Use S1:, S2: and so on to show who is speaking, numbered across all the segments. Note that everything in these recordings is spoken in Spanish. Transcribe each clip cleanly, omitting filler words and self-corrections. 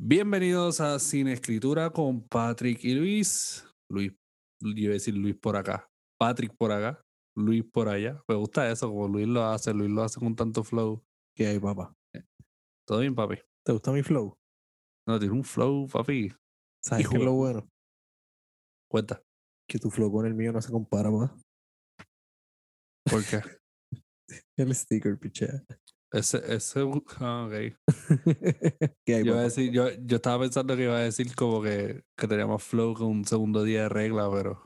S1: Bienvenidos a Sin Escritura con Patrick y Luis. Luis, yo iba a decir Luis por acá. Patrick por acá. Luis por allá. Me gusta eso, como Luis lo hace. Luis lo hace con tanto flow.
S2: ¿Qué hay, papá?
S1: ¿Todo bien, papi?
S2: ¿Te gusta mi flow?
S1: No, tiene un flow, papi.
S2: ¿Sabes
S1: Hijo
S2: qué es
S1: de
S2: lo
S1: puta.
S2: bueno?
S1: Cuenta.
S2: Que tu flow con el mío no se compara, más.
S1: ¿Por qué?
S2: El sticker, pichea.
S1: Ok.
S2: ¿Qué hay,
S1: Yo, iba a
S2: papá?
S1: decir, yo estaba pensando que iba a decir como que tenía más flow que un segundo día de regla, pero...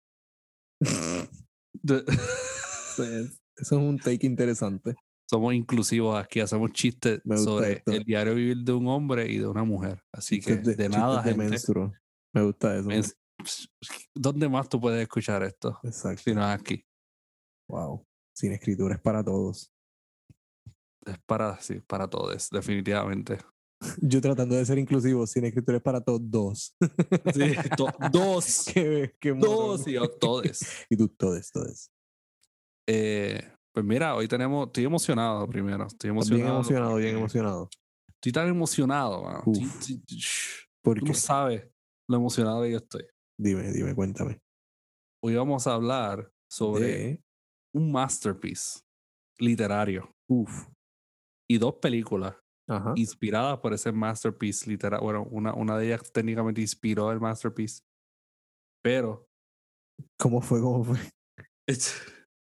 S2: Eso es un take interesante.
S1: Somos inclusivos aquí, hacemos chistes
S2: Me gusta
S1: sobre
S2: esto.
S1: el diario vivir de un hombre y de una mujer. Así que, de
S2: Chistes
S1: nada,
S2: de
S1: gente.
S2: menstruo. Me gusta eso.
S1: Es- ¿Dónde más tú puedes escuchar esto? Si
S2: Exacto.
S1: no es aquí.
S2: Wow. Sin escritura es para todos.
S1: Es para, sí, para todos, definitivamente.
S2: Yo tratando de ser inclusivo, sin escritura es para todos.
S1: Sí, dos.
S2: Qué morón.
S1: Dos y yo, todes.
S2: Y tú, todos.
S1: Pues mira, hoy estoy emocionado primero. Estoy
S2: Estás bien
S1: emocionado
S2: emocionado, bien
S1: porque
S2: emocionado.
S1: estoy tan emocionado, mano.
S2: Uf. ¿Por
S1: Tú no
S2: qué?
S1: sabes lo emocionado que yo estoy.
S2: Dime, cuéntame.
S1: Hoy vamos a hablar sobre
S2: De.
S1: un masterpiece literario
S2: Uf.
S1: y dos películas
S2: Ajá.
S1: inspiradas por ese masterpiece literario. Bueno, una de ellas técnicamente inspiró el masterpiece, pero
S2: ¿Cómo fue?
S1: es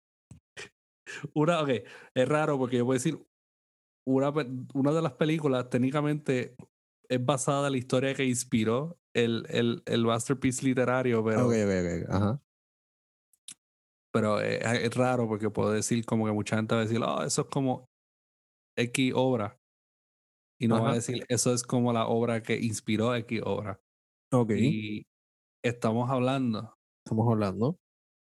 S1: ok, es raro porque yo puedo decir una de las películas técnicamente es basada en la historia que inspiró el masterpiece literario,
S2: Ok. Ajá.
S1: pero es raro porque puedo decir como que mucha gente va a decir, oh, eso es como X obra, y no va a
S2: Ajá.
S1: decir, eso es como la obra que inspiró X obra.
S2: Ok.
S1: Y estamos hablando
S2: Estamos hablando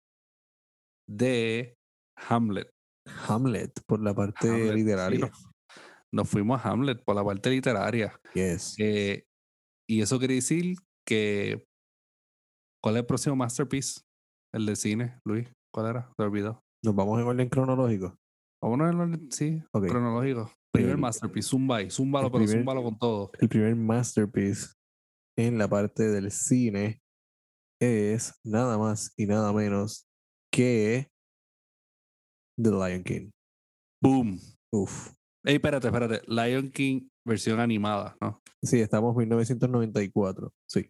S1: de Hamlet.
S2: Hamlet por la parte
S1: Hamlet, sí,
S2: literaria.
S1: nos fuimos a Hamlet por la parte literaria.
S2: Yes.
S1: Y eso quiere decir que, ¿cuál es el próximo masterpiece? El de cine, Luis. ¿Cuál era? Se olvidó.
S2: Nos vamos en orden cronológico.
S1: Vámonos en orden, sí,
S2: Ok.
S1: cronológico. Primer
S2: El,
S1: masterpiece, zúmbalo,
S2: el
S1: pero
S2: primer,
S1: zúmbalo con todo.
S2: el primer masterpiece en la parte del cine es nada más y nada menos que The Lion King.
S1: ¡Boom!
S2: Uf.
S1: Ey, espérate. Lion King versión animada, ¿no?
S2: Sí, estamos en 1994. Sí.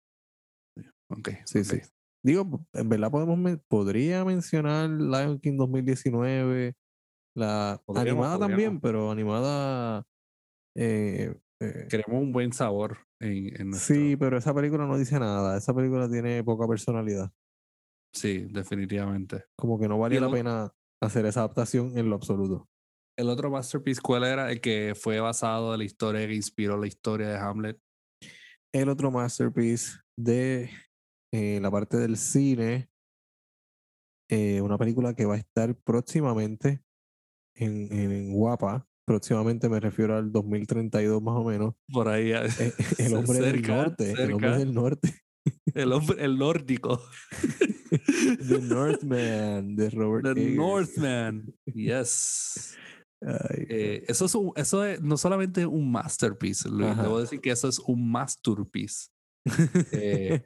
S1: Ok.
S2: Sí. Digo, en verdad podría mencionar Lion King 2019, la animada
S1: Podríamos.
S2: también, pero animada, eh, eh,
S1: Queremos un buen sabor en
S2: sí,
S1: nuestro...
S2: pero esa película no dice nada, esa película tiene poca personalidad,
S1: Sí, definitivamente.
S2: como que no
S1: Y
S2: valía la pena hacer esa adaptación en lo absoluto.
S1: el otro masterpiece, ¿cuál era? El que fue basado en la historia que inspiró la historia de Hamlet.
S2: El otro masterpiece de la parte del cine, una película que va a estar próximamente en Guapa. Próximamente me refiero al 2032 más o menos.
S1: Por ahí,
S2: El hombre del
S1: cerca,
S2: norte, el hombre del norte.
S1: el nórdico.
S2: The Northman de Robert
S1: The
S2: Eggers.
S1: Northman. Yes.
S2: Ay, no.
S1: Eso es no solamente un masterpiece, Luis. Debo
S2: Ajá.
S1: decir que eso es un masterpiece. Eh,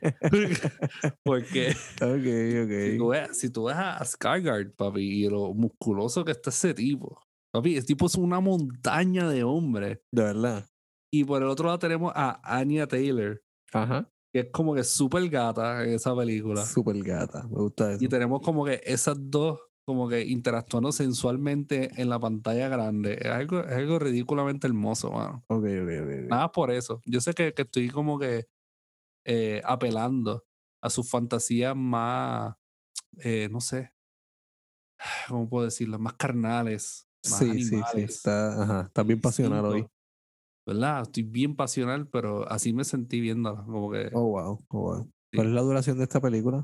S1: porque
S2: Ok,
S1: si tú
S2: ok.
S1: ves a Skarsgård, papi, y lo musculoso que está ese tipo. Papi, ese tipo es una montaña de hombre.
S2: De verdad.
S1: Y por el otro lado tenemos a Anya Taylor,
S2: Ajá.
S1: que es como que súper gata en esa película.
S2: Super gata. Me gusta
S1: Y
S2: eso.
S1: tenemos como que esas dos como que interactuando sensualmente en la pantalla grande. Es algo ridículamente hermoso, mano.
S2: Ok.
S1: Nada por eso. Yo sé que estoy como que apelando a sus fantasías más, no sé, ¿cómo puedo decirlo? Más carnales, más
S2: Sí.
S1: animales,
S2: Está bien pasional hoy.
S1: instintos, ¿verdad? Estoy bien pasional, pero así me sentí viéndola. Como que,
S2: Wow. ¿Cuál es
S1: sí.
S2: la duración de esta película?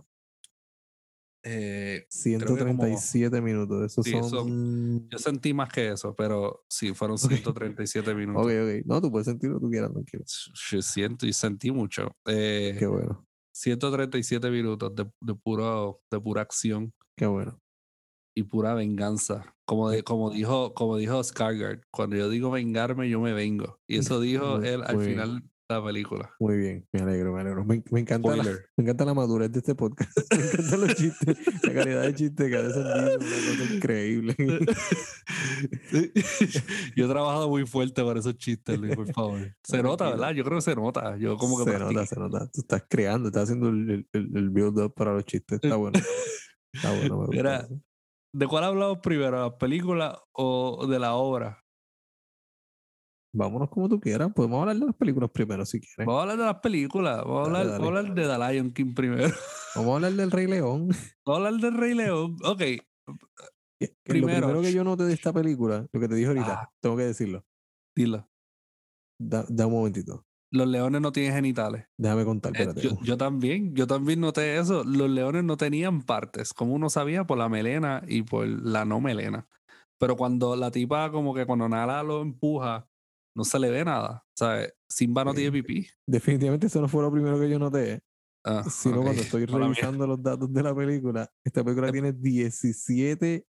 S1: Creo
S2: Ciento
S1: que
S2: treinta y
S1: como,
S2: siete minutos. Esos
S1: sí, eso,
S2: son.
S1: yo sentí más que eso, pero sí, fueron
S2: Ok.
S1: 137 minutos.
S2: No, tú puedes sentir lo que tú quieras, tranquilo.
S1: Yo siento y sentí mucho.
S2: Qué bueno.
S1: 137 minutos de pura acción
S2: Qué bueno.
S1: y pura venganza.
S2: Me-
S1: Como dijo Skarsgård, cuando yo digo vengarme, yo me vengo. Y eso dijo
S2: Muy,
S1: él al
S2: muy bien.
S1: final la película.
S2: Muy bien, me alegro, me alegro. Me encanta
S1: Spoiler.
S2: me encanta la madurez de este podcast. Me encantan los chistes, la calidad de chistes que ha descendido, una cosa increíble.
S1: Sí. Yo he trabajado muy fuerte para esos chistes, Luis, por favor. Se nota,
S2: Tranquilo.
S1: ¿verdad? Yo creo que se nota. Yo como que
S2: Se nota,
S1: practiqué.
S2: se nota. Tú estás creando, estás haciendo el build-up para los chistes. Está bueno. Está bueno, me gusta
S1: Mira,
S2: eso.
S1: ¿de cuál hablamos primero? ¿La película o de la obra?
S2: Vámonos como tú quieras. Podemos hablar de las películas primero si quieres.
S1: Vamos a hablar de las películas.
S2: Dale,
S1: Vamos a
S2: dale.
S1: hablar de The Lion King primero.
S2: Vamos a hablar del Rey León.
S1: Vamos a hablar del Rey León. Ok,
S2: Que lo
S1: primero.
S2: primero que yo noté de esta película, lo que te dije ahorita,
S1: Ah,
S2: tengo que decirlo.
S1: dilo.
S2: Da un momentito.
S1: Los leones no tienen genitales.
S2: Déjame contar, espérate.
S1: Yo también noté eso. Los leones no tenían partes, como uno sabía, por la melena y por la no melena. Pero cuando la tipa, como que cuando Nala lo empuja, no se le ve nada. ¿Sabes? Simba no tiene
S2: Ok.
S1: pipí.
S2: Definitivamente eso no fue lo primero que yo noté,
S1: Ah,
S2: sino
S1: ok.
S2: cuando estoy
S1: Mala mía.
S2: revisando los datos de la película. Esta película tiene 17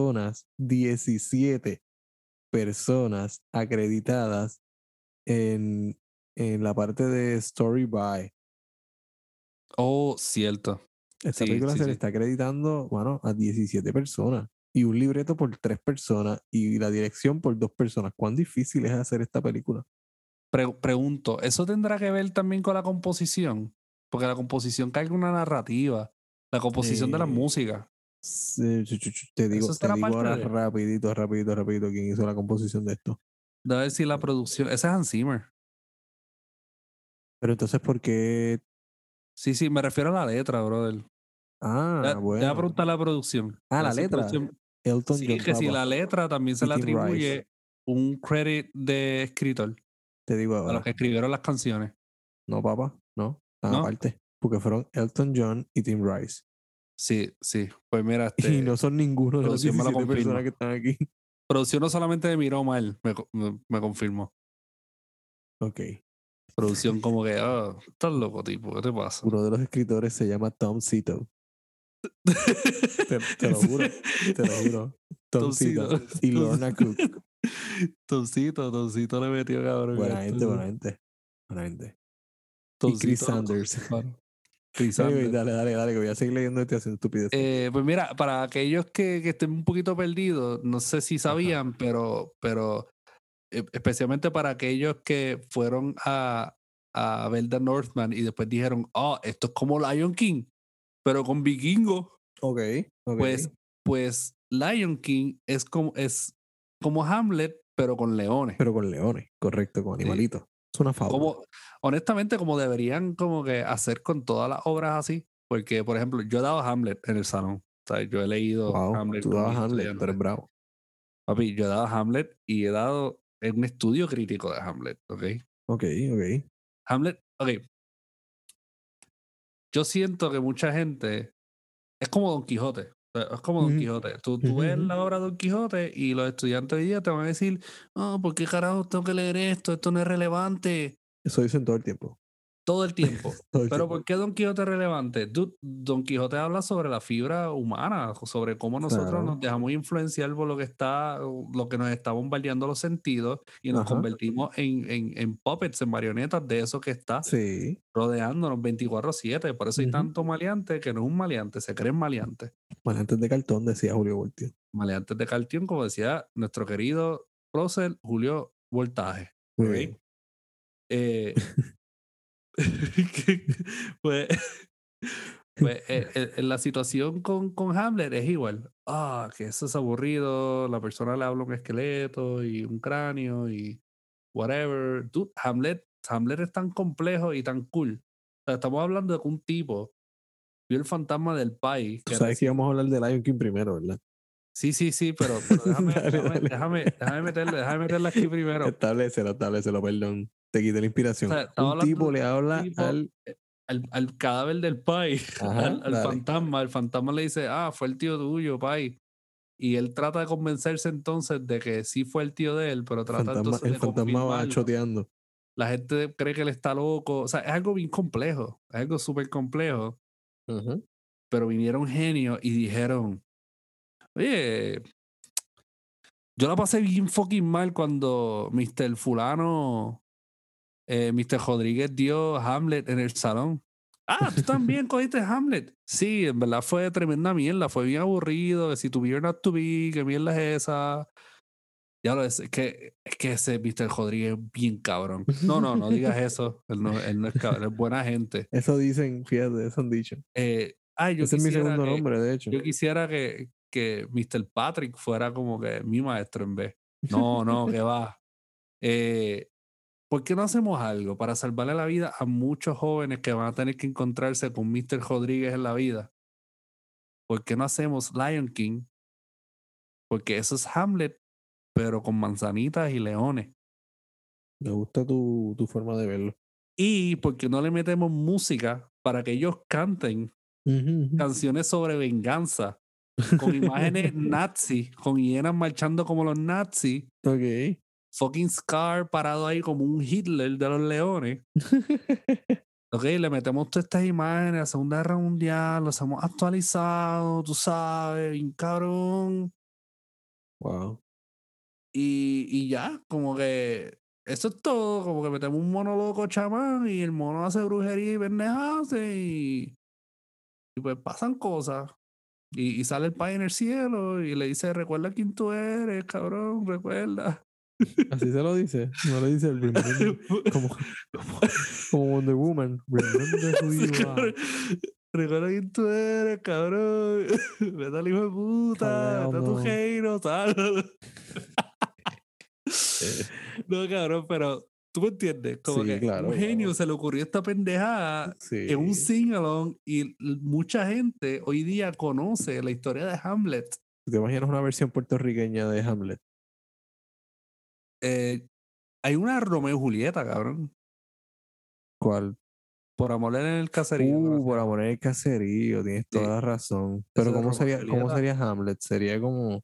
S2: personas acreditadas en, en la parte de Story by.
S1: Oh, cierto.
S2: Esta
S1: Sí,
S2: película
S1: sí,
S2: se le
S1: sí.
S2: está acreditando, bueno, a 17 personas y un libreto por 3 personas y la dirección por 2 personas. ¿Cuán difícil es hacer esta película?
S1: Pregunto, ¿eso tendrá que ver también con la composición? Porque la composición carga una narrativa, la composición de la
S2: Eh,
S1: música. Eso
S2: te
S1: será
S2: digo
S1: parte
S2: ahora
S1: de.
S2: rapidito quién hizo la composición de esto.
S1: Debe decir la producción. Ese es Hans Zimmer.
S2: Pero entonces, ¿por qué?
S1: Sí, sí, me refiero a la letra, brother.
S2: Ah,
S1: Te voy a
S2: bueno.
S1: preguntar la producción.
S2: Ah,
S1: La
S2: la
S1: si
S2: letra.
S1: producción.
S2: Elton
S1: Sí,
S2: John
S1: que si
S2: Papa
S1: la letra también se
S2: y
S1: le
S2: Tim Rice.
S1: atribuye un credit de escritor
S2: Te digo
S1: a los
S2: ahora.
S1: que escribieron las canciones.
S2: No, papá, no. Están
S1: ¿No?
S2: aparte. Porque fueron Elton John y Tim Rice.
S1: Sí, sí. Pues mira,
S2: Y no son ninguno de las
S1: producción me lo
S2: 17 personas que
S1: confirma.
S2: están aquí.
S1: Producción no solamente de miró mal, me confirmó.
S2: Ok.
S1: Producción como que, estás loco, tipo, ¿qué te pasa?
S2: Uno de los escritores se llama Tom Zito. Te lo juro. Te lo juro. Tom
S1: Toncito,
S2: Zito. Y Lorna Cook.
S1: Toncito le metió cabrón a
S2: Buena
S1: esto.
S2: gente, buena gente. Buena gente. Y Chris
S1: Toncito,
S2: Sanders.
S1: Chris
S2: Anyway,
S1: Sanders.
S2: dale, que voy a seguir leyendo este haciendo estupideces.
S1: Pues mira, para aquellos que estén un poquito perdidos, no sé si
S2: Ajá.
S1: sabían, pero especialmente para aquellos que fueron a ver The Northman y después dijeron, esto es como Lion King, pero con vikingos.
S2: Ok,
S1: Pues,
S2: ok.
S1: pues Lion King es como Hamlet, pero con leones.
S2: Pero con leones, correcto, con
S1: Sí.
S2: animalitos. Es una fábula.
S1: Como, honestamente, como deberían como que hacer con todas las obras así. Porque, por ejemplo, yo he dado Hamlet en el salón. O sea, yo he leído
S2: Wow,
S1: Hamlet
S2: tú
S1: con
S2: dabas
S1: mis
S2: Hamlet, tú eres
S1: estudiantes.
S2: bravo.
S1: Papi, yo he dado Hamlet y he dado un estudio crítico de Hamlet, ¿ok?
S2: Ok, ok.
S1: Hamlet, ok. Yo siento que mucha gente es como Don Quijote. O sea, es como Don
S2: Ujú,
S1: Quijote. Tú
S2: ujú,
S1: ves
S2: ujú.
S1: la obra de Don Quijote y los estudiantes hoy día te van a decir, ¿por qué carajo tengo que leer esto? Esto no es relevante.
S2: Eso dicen todo el tiempo.
S1: Todo el tiempo.
S2: Todo el
S1: Pero
S2: tiempo.
S1: ¿por qué Don Quijote es relevante? Don Quijote habla sobre la fibra humana, sobre cómo nosotros
S2: Claro.
S1: nos dejamos influenciar por lo que nos está bombardeando los sentidos y nos
S2: Ajá.
S1: convertimos en puppets, en marionetas de eso que está
S2: Sí.
S1: rodeándonos 24/7. Por eso hay
S2: Ujú.
S1: tanto maleante que no es un maleante, se creen maleantes.
S2: Maleantes de cartón, decía Julio Voltio.
S1: Maleantes de cartión, como decía nuestro querido prócer Julio Voltaje.
S2: Muy
S1: ¿Ok?
S2: bien.
S1: Eh, pues Pues en la situación con Hamlet es igual. Que eso es aburrido, la persona le habla un esqueleto y un cráneo y whatever. Dude, Hamlet es tan complejo y tan cool. O sea, estamos hablando de que un tipo vio el fantasma del país
S2: Tú
S1: que
S2: sabes que
S1: recién.
S2: íbamos a hablar de Lion King primero, ¿verdad?
S1: Sí, sí, sí, pero
S2: Dale, dale.
S1: déjame meterle aquí primero.
S2: Establecelo, perdón. Te quité la
S1: O
S2: inspiración.
S1: sea, estaba
S2: Un
S1: hablando
S2: tipo
S1: de
S2: le
S1: un
S2: habla
S1: tipo,
S2: al.
S1: al cadáver del país,
S2: Ajá,
S1: al
S2: dale.
S1: fantasma. El fantasma le dice, fue el tío tuyo, pai. Y él trata de convencerse entonces de que sí fue el tío de él, pero trata entonces
S2: El
S1: de
S2: fantasma va
S1: confirmarlo.
S2: choteando.
S1: La gente cree que él está loco. O sea, es algo bien complejo. Es algo súper complejo.
S2: Ajá.
S1: Pero vinieron genios y dijeron, oye, yo la pasé bien fucking mal cuando Mr. Fulano Mr. Rodríguez dio Hamlet en el salón. Ah, tú también cogiste Hamlet. Sí, en verdad fue tremenda mierda, fue bien aburrido, que si to be or not to be, qué mierda es esa. Ya lo es que ese Mr. Rodríguez es bien cabrón. No digas eso. Él no es cabrón, él es buena gente.
S2: Eso dicen, fíjate, eso han dicho.
S1: Yo
S2: Ese es mi
S1: quisiera
S2: segundo nombre, de hecho.
S1: yo quisiera que Mr. Patrick fuera como que mi maestro en vez. No, que va. ¿Por qué no hacemos algo para salvarle la vida a muchos jóvenes que van a tener que encontrarse con Mr. Rodríguez en la vida? ¿Por qué no hacemos Lion King? Porque eso es Hamlet, pero con manzanitas y leones.
S2: Me gusta tu forma de verlo.
S1: Y ¿por qué no le metemos música para que ellos canten canciones sobre venganza? Con imágenes nazi, con hienas marchando como los nazis.
S2: Ok.
S1: Fucking Scar parado ahí como un Hitler de los leones. Ok, le metemos todas estas imágenes a la Segunda Guerra Mundial, los hemos actualizado, tú sabes, bien cabrón.
S2: Wow.
S1: Y ya, como que eso es todo, como que metemos un mono loco chamán y el mono hace brujería y pendejadas y pues pasan cosas. Y sale el país en el cielo y le dice, recuerda quién tú eres, cabrón, recuerda.
S2: Así se lo dice. No le dice remember, como Wonder Woman. Remember who you are.
S1: Recuerda quién tú eres, cabrón. Vete al hijo de puta, vete a tu
S2: Hell
S1: reino, tal. No, cabrón, pero tú me entiendes, como
S2: Sí,
S1: que
S2: claro.
S1: un genio se le ocurrió esta pendejada en un
S2: Sí.
S1: sing-along y mucha gente hoy día conoce la historia de Hamlet.
S2: ¿Te imaginas una versión puertorriqueña de Hamlet?
S1: Hay una Romeo y Julieta, cabrón.
S2: ¿Cuál?
S1: Por amor en el caserío.
S2: Por amor en el caserío, tienes toda
S1: Sí,
S2: la razón.
S1: eso
S2: Pero
S1: de Romeo y
S2: cómo
S1: Julieta,
S2: sería Hamlet? Sería como,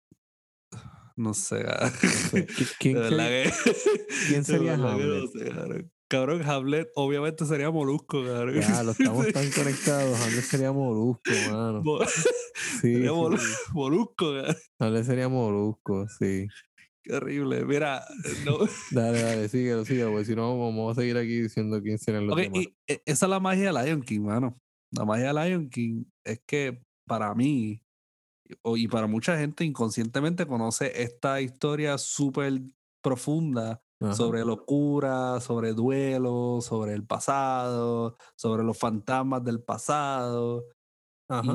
S1: no sé,
S2: no sé,
S1: de verdad que,
S2: quién
S1: de
S2: sería
S1: verdad que
S2: Hamlet?
S1: no sé, cabrón. Cabrón, Hamlet obviamente sería Molusco, cabrón.
S2: Ya, lo estamos tan conectados. Hamlet sería Molusco, mano.
S1: Mo-
S2: Sí,
S1: sería
S2: sí.
S1: Molusco, cabrón.
S2: Hamlet sería Molusco, sí.
S1: Qué horrible. Mira, no.
S2: Dale, síguelo, porque si no, vamos a seguir aquí diciendo quién serían los
S1: Ok,
S2: demás.
S1: esa es la magia de Lion King, mano. La magia de Lion King es que para mí y para mucha gente inconscientemente conoce esta historia súper profunda
S2: Ajá.
S1: sobre locura, sobre duelo, sobre el pasado, sobre los fantasmas del pasado.
S2: Ajá.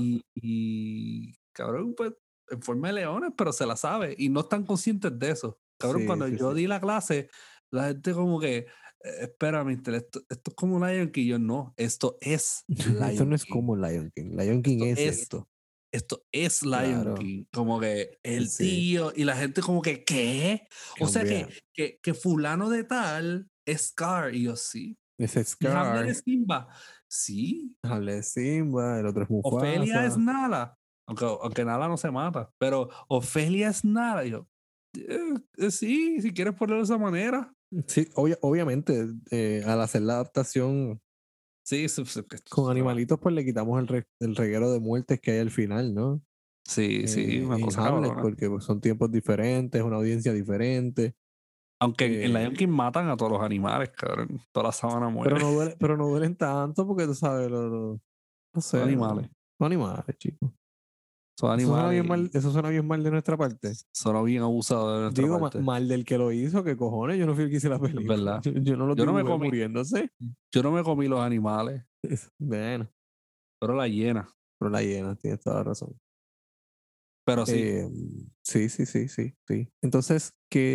S1: Y cabrón, pues en forma de leones, pero se la sabe y no están conscientes de eso. Cabrón,
S2: Sí,
S1: cuando
S2: sí,
S1: yo
S2: sí.
S1: di la clase, la gente como que, espera, mister, esto es como Lion King. Y yo, no, esto es
S2: Esto
S1: Lion
S2: no es
S1: King.
S2: como Lion King. Lion King
S1: Esto
S2: es
S1: es,
S2: esto.
S1: esto es Lion
S2: Claro.
S1: King. Como que el
S2: Sí.
S1: tío y la gente como que, ¿qué? O sea
S2: Cambia.
S1: que fulano de tal es Scar. Y yo, sí.
S2: Es
S1: Y Hamlet
S2: Scar.
S1: es Simba. Sí.
S2: Hamlet es Simba, el otro es
S1: Ofelia es
S2: Mufasa.
S1: Nala, aunque Nala no se mata, pero Ofelia es Nala. Y yo, sí, si quieres ponerlo de esa manera.
S2: Sí, obviamente, al hacer la adaptación
S1: Sí,
S2: con animalitos, pues le quitamos el reguero de muertes que hay al final, ¿no?
S1: sí, una
S2: En
S1: cosa
S2: Hamlet,
S1: cabrona.
S2: porque pues, son tiempos diferentes, una audiencia diferente.
S1: Aunque en
S2: eh,
S1: Lion King matan a todos los animales, cabrón. Toda la sábana muere.
S2: pero no duelen tanto porque tú sabes, no
S1: Son
S2: sé,
S1: animales.
S2: son animales, chicos.
S1: Son animales y
S2: Eso suena bien mal de nuestra parte.
S1: son bien abusados de nuestra
S2: Digo,
S1: parte.
S2: mal del que lo hizo, que cojones, yo no fui el que hice la
S1: Es
S2: película.
S1: verdad.
S2: Yo no los
S1: Yo no me
S2: dibujé
S1: comí,
S2: muriéndose.
S1: yo no me comí los animales,
S2: Bueno,
S1: pero la hiena.
S2: pero la llena, tienes toda la razón.
S1: Pero sí.
S2: Eh, sí. Entonces,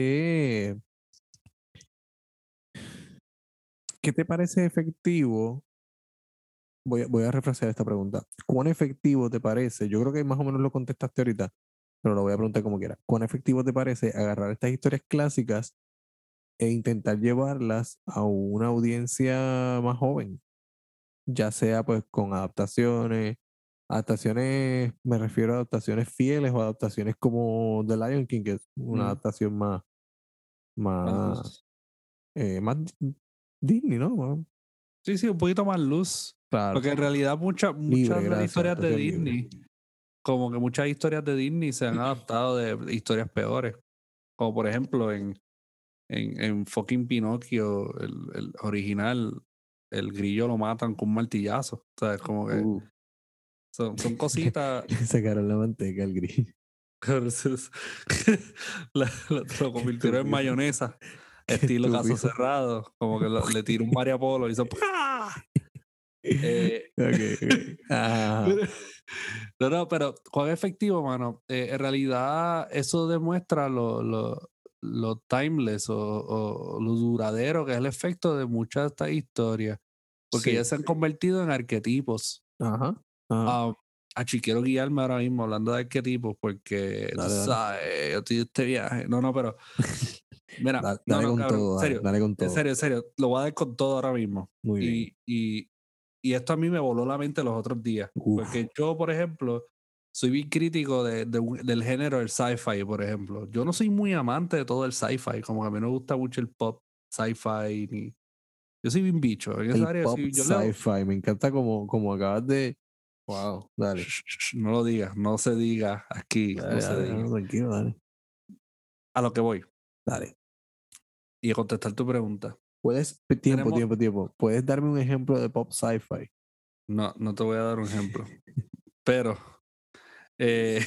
S2: ¿qué te parece efectivo? Voy a refrasear esta pregunta. ¿Cuán efectivo te parece? Yo creo que más o menos lo contestaste ahorita, pero lo voy a preguntar como quiera. ¿Cuán efectivo te parece agarrar estas historias clásicas e intentar llevarlas a una audiencia más joven? Ya sea pues con adaptaciones, me refiero a adaptaciones fieles o adaptaciones como The Lion King, que es una
S1: Mm,
S2: adaptación
S1: más
S2: más,
S1: luz.
S2: más Disney, ¿no?
S1: Sí, un poquito más luz.
S2: Claro,
S1: Porque en realidad muchas
S2: libre,
S1: de las
S2: gracias,
S1: historias de
S2: adaptación libre.
S1: Disney, como que muchas historias de Disney se han adaptado de historias peores. Como por ejemplo en fucking Pinocchio, el original, el grillo lo matan con un martillazo. O sea, es como que son cositas.
S2: Le sacaron la manteca al gris.
S1: Lo
S2: Qué
S1: convirtieron en
S2: estúpido.
S1: mayonesa,
S2: Qué
S1: estilo caso
S2: estúpido.
S1: cerrado. Como que le tiró un María Polo y hizo ¡pah!
S2: Ok. Ajá.
S1: No, pero cuán efectivo, mano. En realidad, eso demuestra lo timeless o lo duradero que es el efecto de muchas de estas historias. Porque ya
S2: Sí.
S1: se han convertido en arquetipos.
S2: Ajá. Ajá.
S1: Quiero guiarme ahora mismo hablando de arquetipos porque tú
S2: Dale.
S1: sabes, yo estoy de este viaje. No, pero mira,
S2: Dale con
S1: cabrón,
S2: todo, dale. Dale con todo.
S1: en serio, lo voy a dar con todo ahora mismo.
S2: Muy bien.
S1: Y esto a mí me voló la mente los otros días.
S2: Uf.
S1: Porque yo, por ejemplo, soy bien crítico del género del sci-fi, por ejemplo. Yo no soy muy amante de todo el sci-fi, como que a mí no me gusta mucho el pop sci-fi. Yo soy bien bicho. En esa
S2: El
S1: área,
S2: pop
S1: sí, yo leo.
S2: sci-fi. Me encanta como acabas de. Wow. Dale.
S1: No lo digas, no se diga aquí, no
S2: Dale,
S1: se
S2: dale,
S1: diga.
S2: dale, tranquilo, dale.
S1: A lo que voy.
S2: Dale.
S1: Y a contestar tu pregunta.
S2: Tiempo,
S1: Tenemos.
S2: tiempo, tiempo. ¿Puedes darme un ejemplo de pop sci-fi?
S1: No, no te voy a dar un ejemplo. Pero. eh,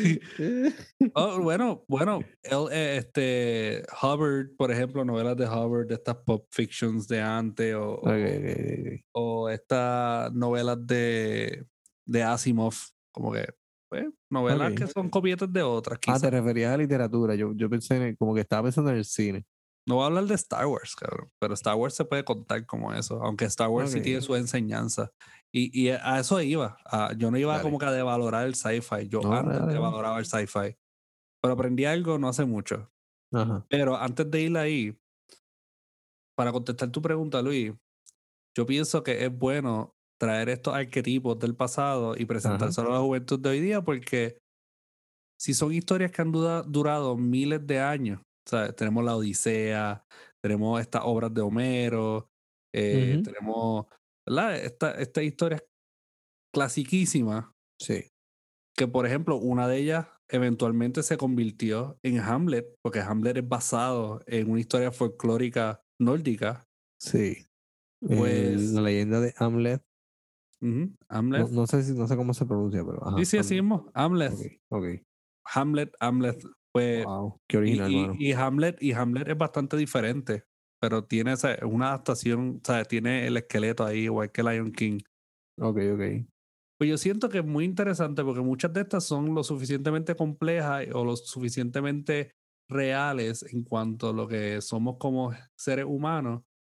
S1: Hubbard, por ejemplo, novelas de Hubbard, de estas pop fictions de antes,
S2: Ok.
S1: o estas novelas de Asimov, como que, pues, novelas que
S2: Ok.
S1: son copietas de otras,
S2: Ah, te
S1: quizás.
S2: referías a literatura. Yo pensé como que estaba pensando en el cine.
S1: No voy a hablar de Star Wars, cabrón, pero Star Wars se puede contar como eso, aunque Star Wars sí tiene
S2: Ok.
S1: su enseñanza. Y a eso iba. Yo no iba como
S2: Dale.
S1: que a devalorar el sci-fi. Yo
S2: No, dale,
S1: antes
S2: dale, dale.
S1: devaloraba el sci-fi. Pero aprendí algo no hace mucho.
S2: Ajá.
S1: Pero antes de ir ahí, para contestar tu pregunta, Luis, yo pienso que es bueno traer estos arquetipos del pasado y
S2: Ajá.
S1: presentárselo a la juventud de hoy día, porque si son historias que han durado miles de años, ¿sabes? Tenemos la Odisea, tenemos estas obras de Homero,
S2: Ujú.
S1: tenemos, ¿verdad? Estas historias clasiquísimas,
S2: Sí.
S1: que por ejemplo, una de ellas eventualmente se convirtió en Hamlet, porque Hamlet es basado en una historia folclórica nórdica.
S2: Sí.
S1: Pues,
S2: La leyenda de Hamlet. No,
S1: Hamlet.
S2: no sé cómo se pronuncia, pero
S1: Sí,
S2: ajá.
S1: sí, así
S2: Hamlet.
S1: mismo. Hamlet.
S2: Ok. Ok.
S1: Hamlet. Pues,
S2: Wow. Qué original, mano.
S1: y Hamlet es bastante diferente, pero tiene una adaptación, o sea, tiene el esqueleto ahí, igual que Lion King.
S2: Ok, ok.
S1: Pues yo siento que es muy interesante porque muchas de estas son lo suficientemente complejas o lo suficientemente reales en cuanto a lo que somos como seres humanos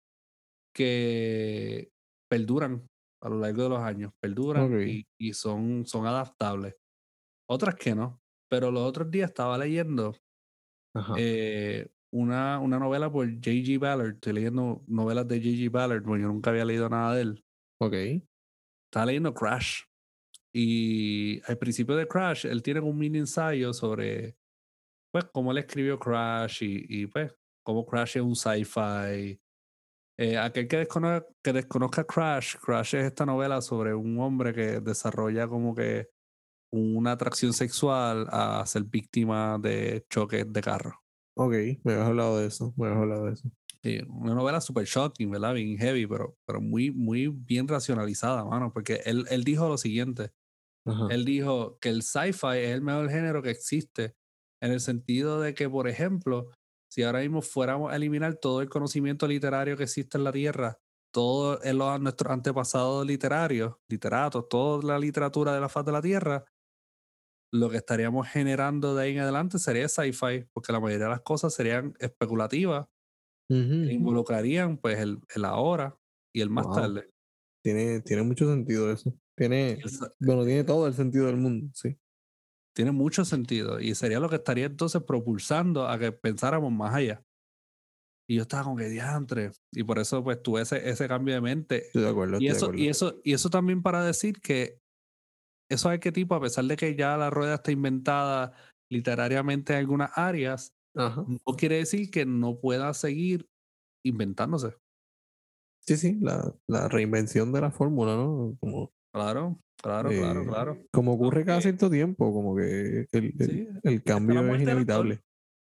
S1: que perduran a lo largo de los años, perduran
S2: Ok.
S1: y son adaptables. Otras que no. Pero los otros días estaba leyendo
S2: Ajá.
S1: una novela por J.G. Ballard. Estoy leyendo novelas de J.G. Ballard, porque yo nunca había leído nada de él.
S2: Ok.
S1: Estaba leyendo Crash. Y al principio de Crash, él tiene un mini ensayo sobre, pues, cómo él escribió Crash y pues, cómo Crash es un sci-fi. Aquel que desconozca Crash, Crash es esta novela sobre un hombre que desarrolla como que una atracción sexual a ser víctima de choques de carro.
S2: Ok. Me habías hablado de eso. Me habías hablado de eso.
S1: Sí, una novela super shocking, ¿verdad? Bien heavy, pero muy, muy bien racionalizada, mano, porque él dijo lo siguiente.
S2: Ajá.
S1: Él dijo que el sci-fi es el mejor género que existe, en el sentido de que, por ejemplo, si ahora mismo fuéramos a eliminar todo el conocimiento literario que existe en la Tierra, todos nuestros antepasados literarios, literatos, toda la literatura de la faz de la Tierra, lo que estaríamos generando de ahí en adelante sería sci-fi, porque la mayoría de las cosas serían especulativas e
S2: Ujú.
S1: involucrarían pues el ahora y el más
S2: Wow.
S1: tarde.
S2: Tiene mucho sentido eso.
S1: Y el sa-
S2: Tiene todo el sentido del mundo, sí.
S1: Tiene mucho sentido y sería lo que estaría entonces propulsando a que pensáramos más allá. Y yo estaba como que diantre. Y por eso pues tuve ese cambio de mente.
S2: Estoy de acuerdo,
S1: Y
S2: estoy de
S1: eso, y
S2: acuerdo.
S1: eso, y eso también para decir que esos arquetipos, a pesar de que ya la rueda está inventada literariamente en algunas áreas,
S2: Ajá.
S1: no quiere decir que no pueda seguir inventándose.
S2: Sí, sí, la reinvención de la fórmula, ¿no?
S1: Claro, claro, claro,
S2: Eh,
S1: claro.
S2: como ocurre cada
S1: Aunque
S2: cierto tiempo, como que
S1: sí,
S2: el
S1: está la
S2: cambio es
S1: muerte del actor.
S2: inevitable.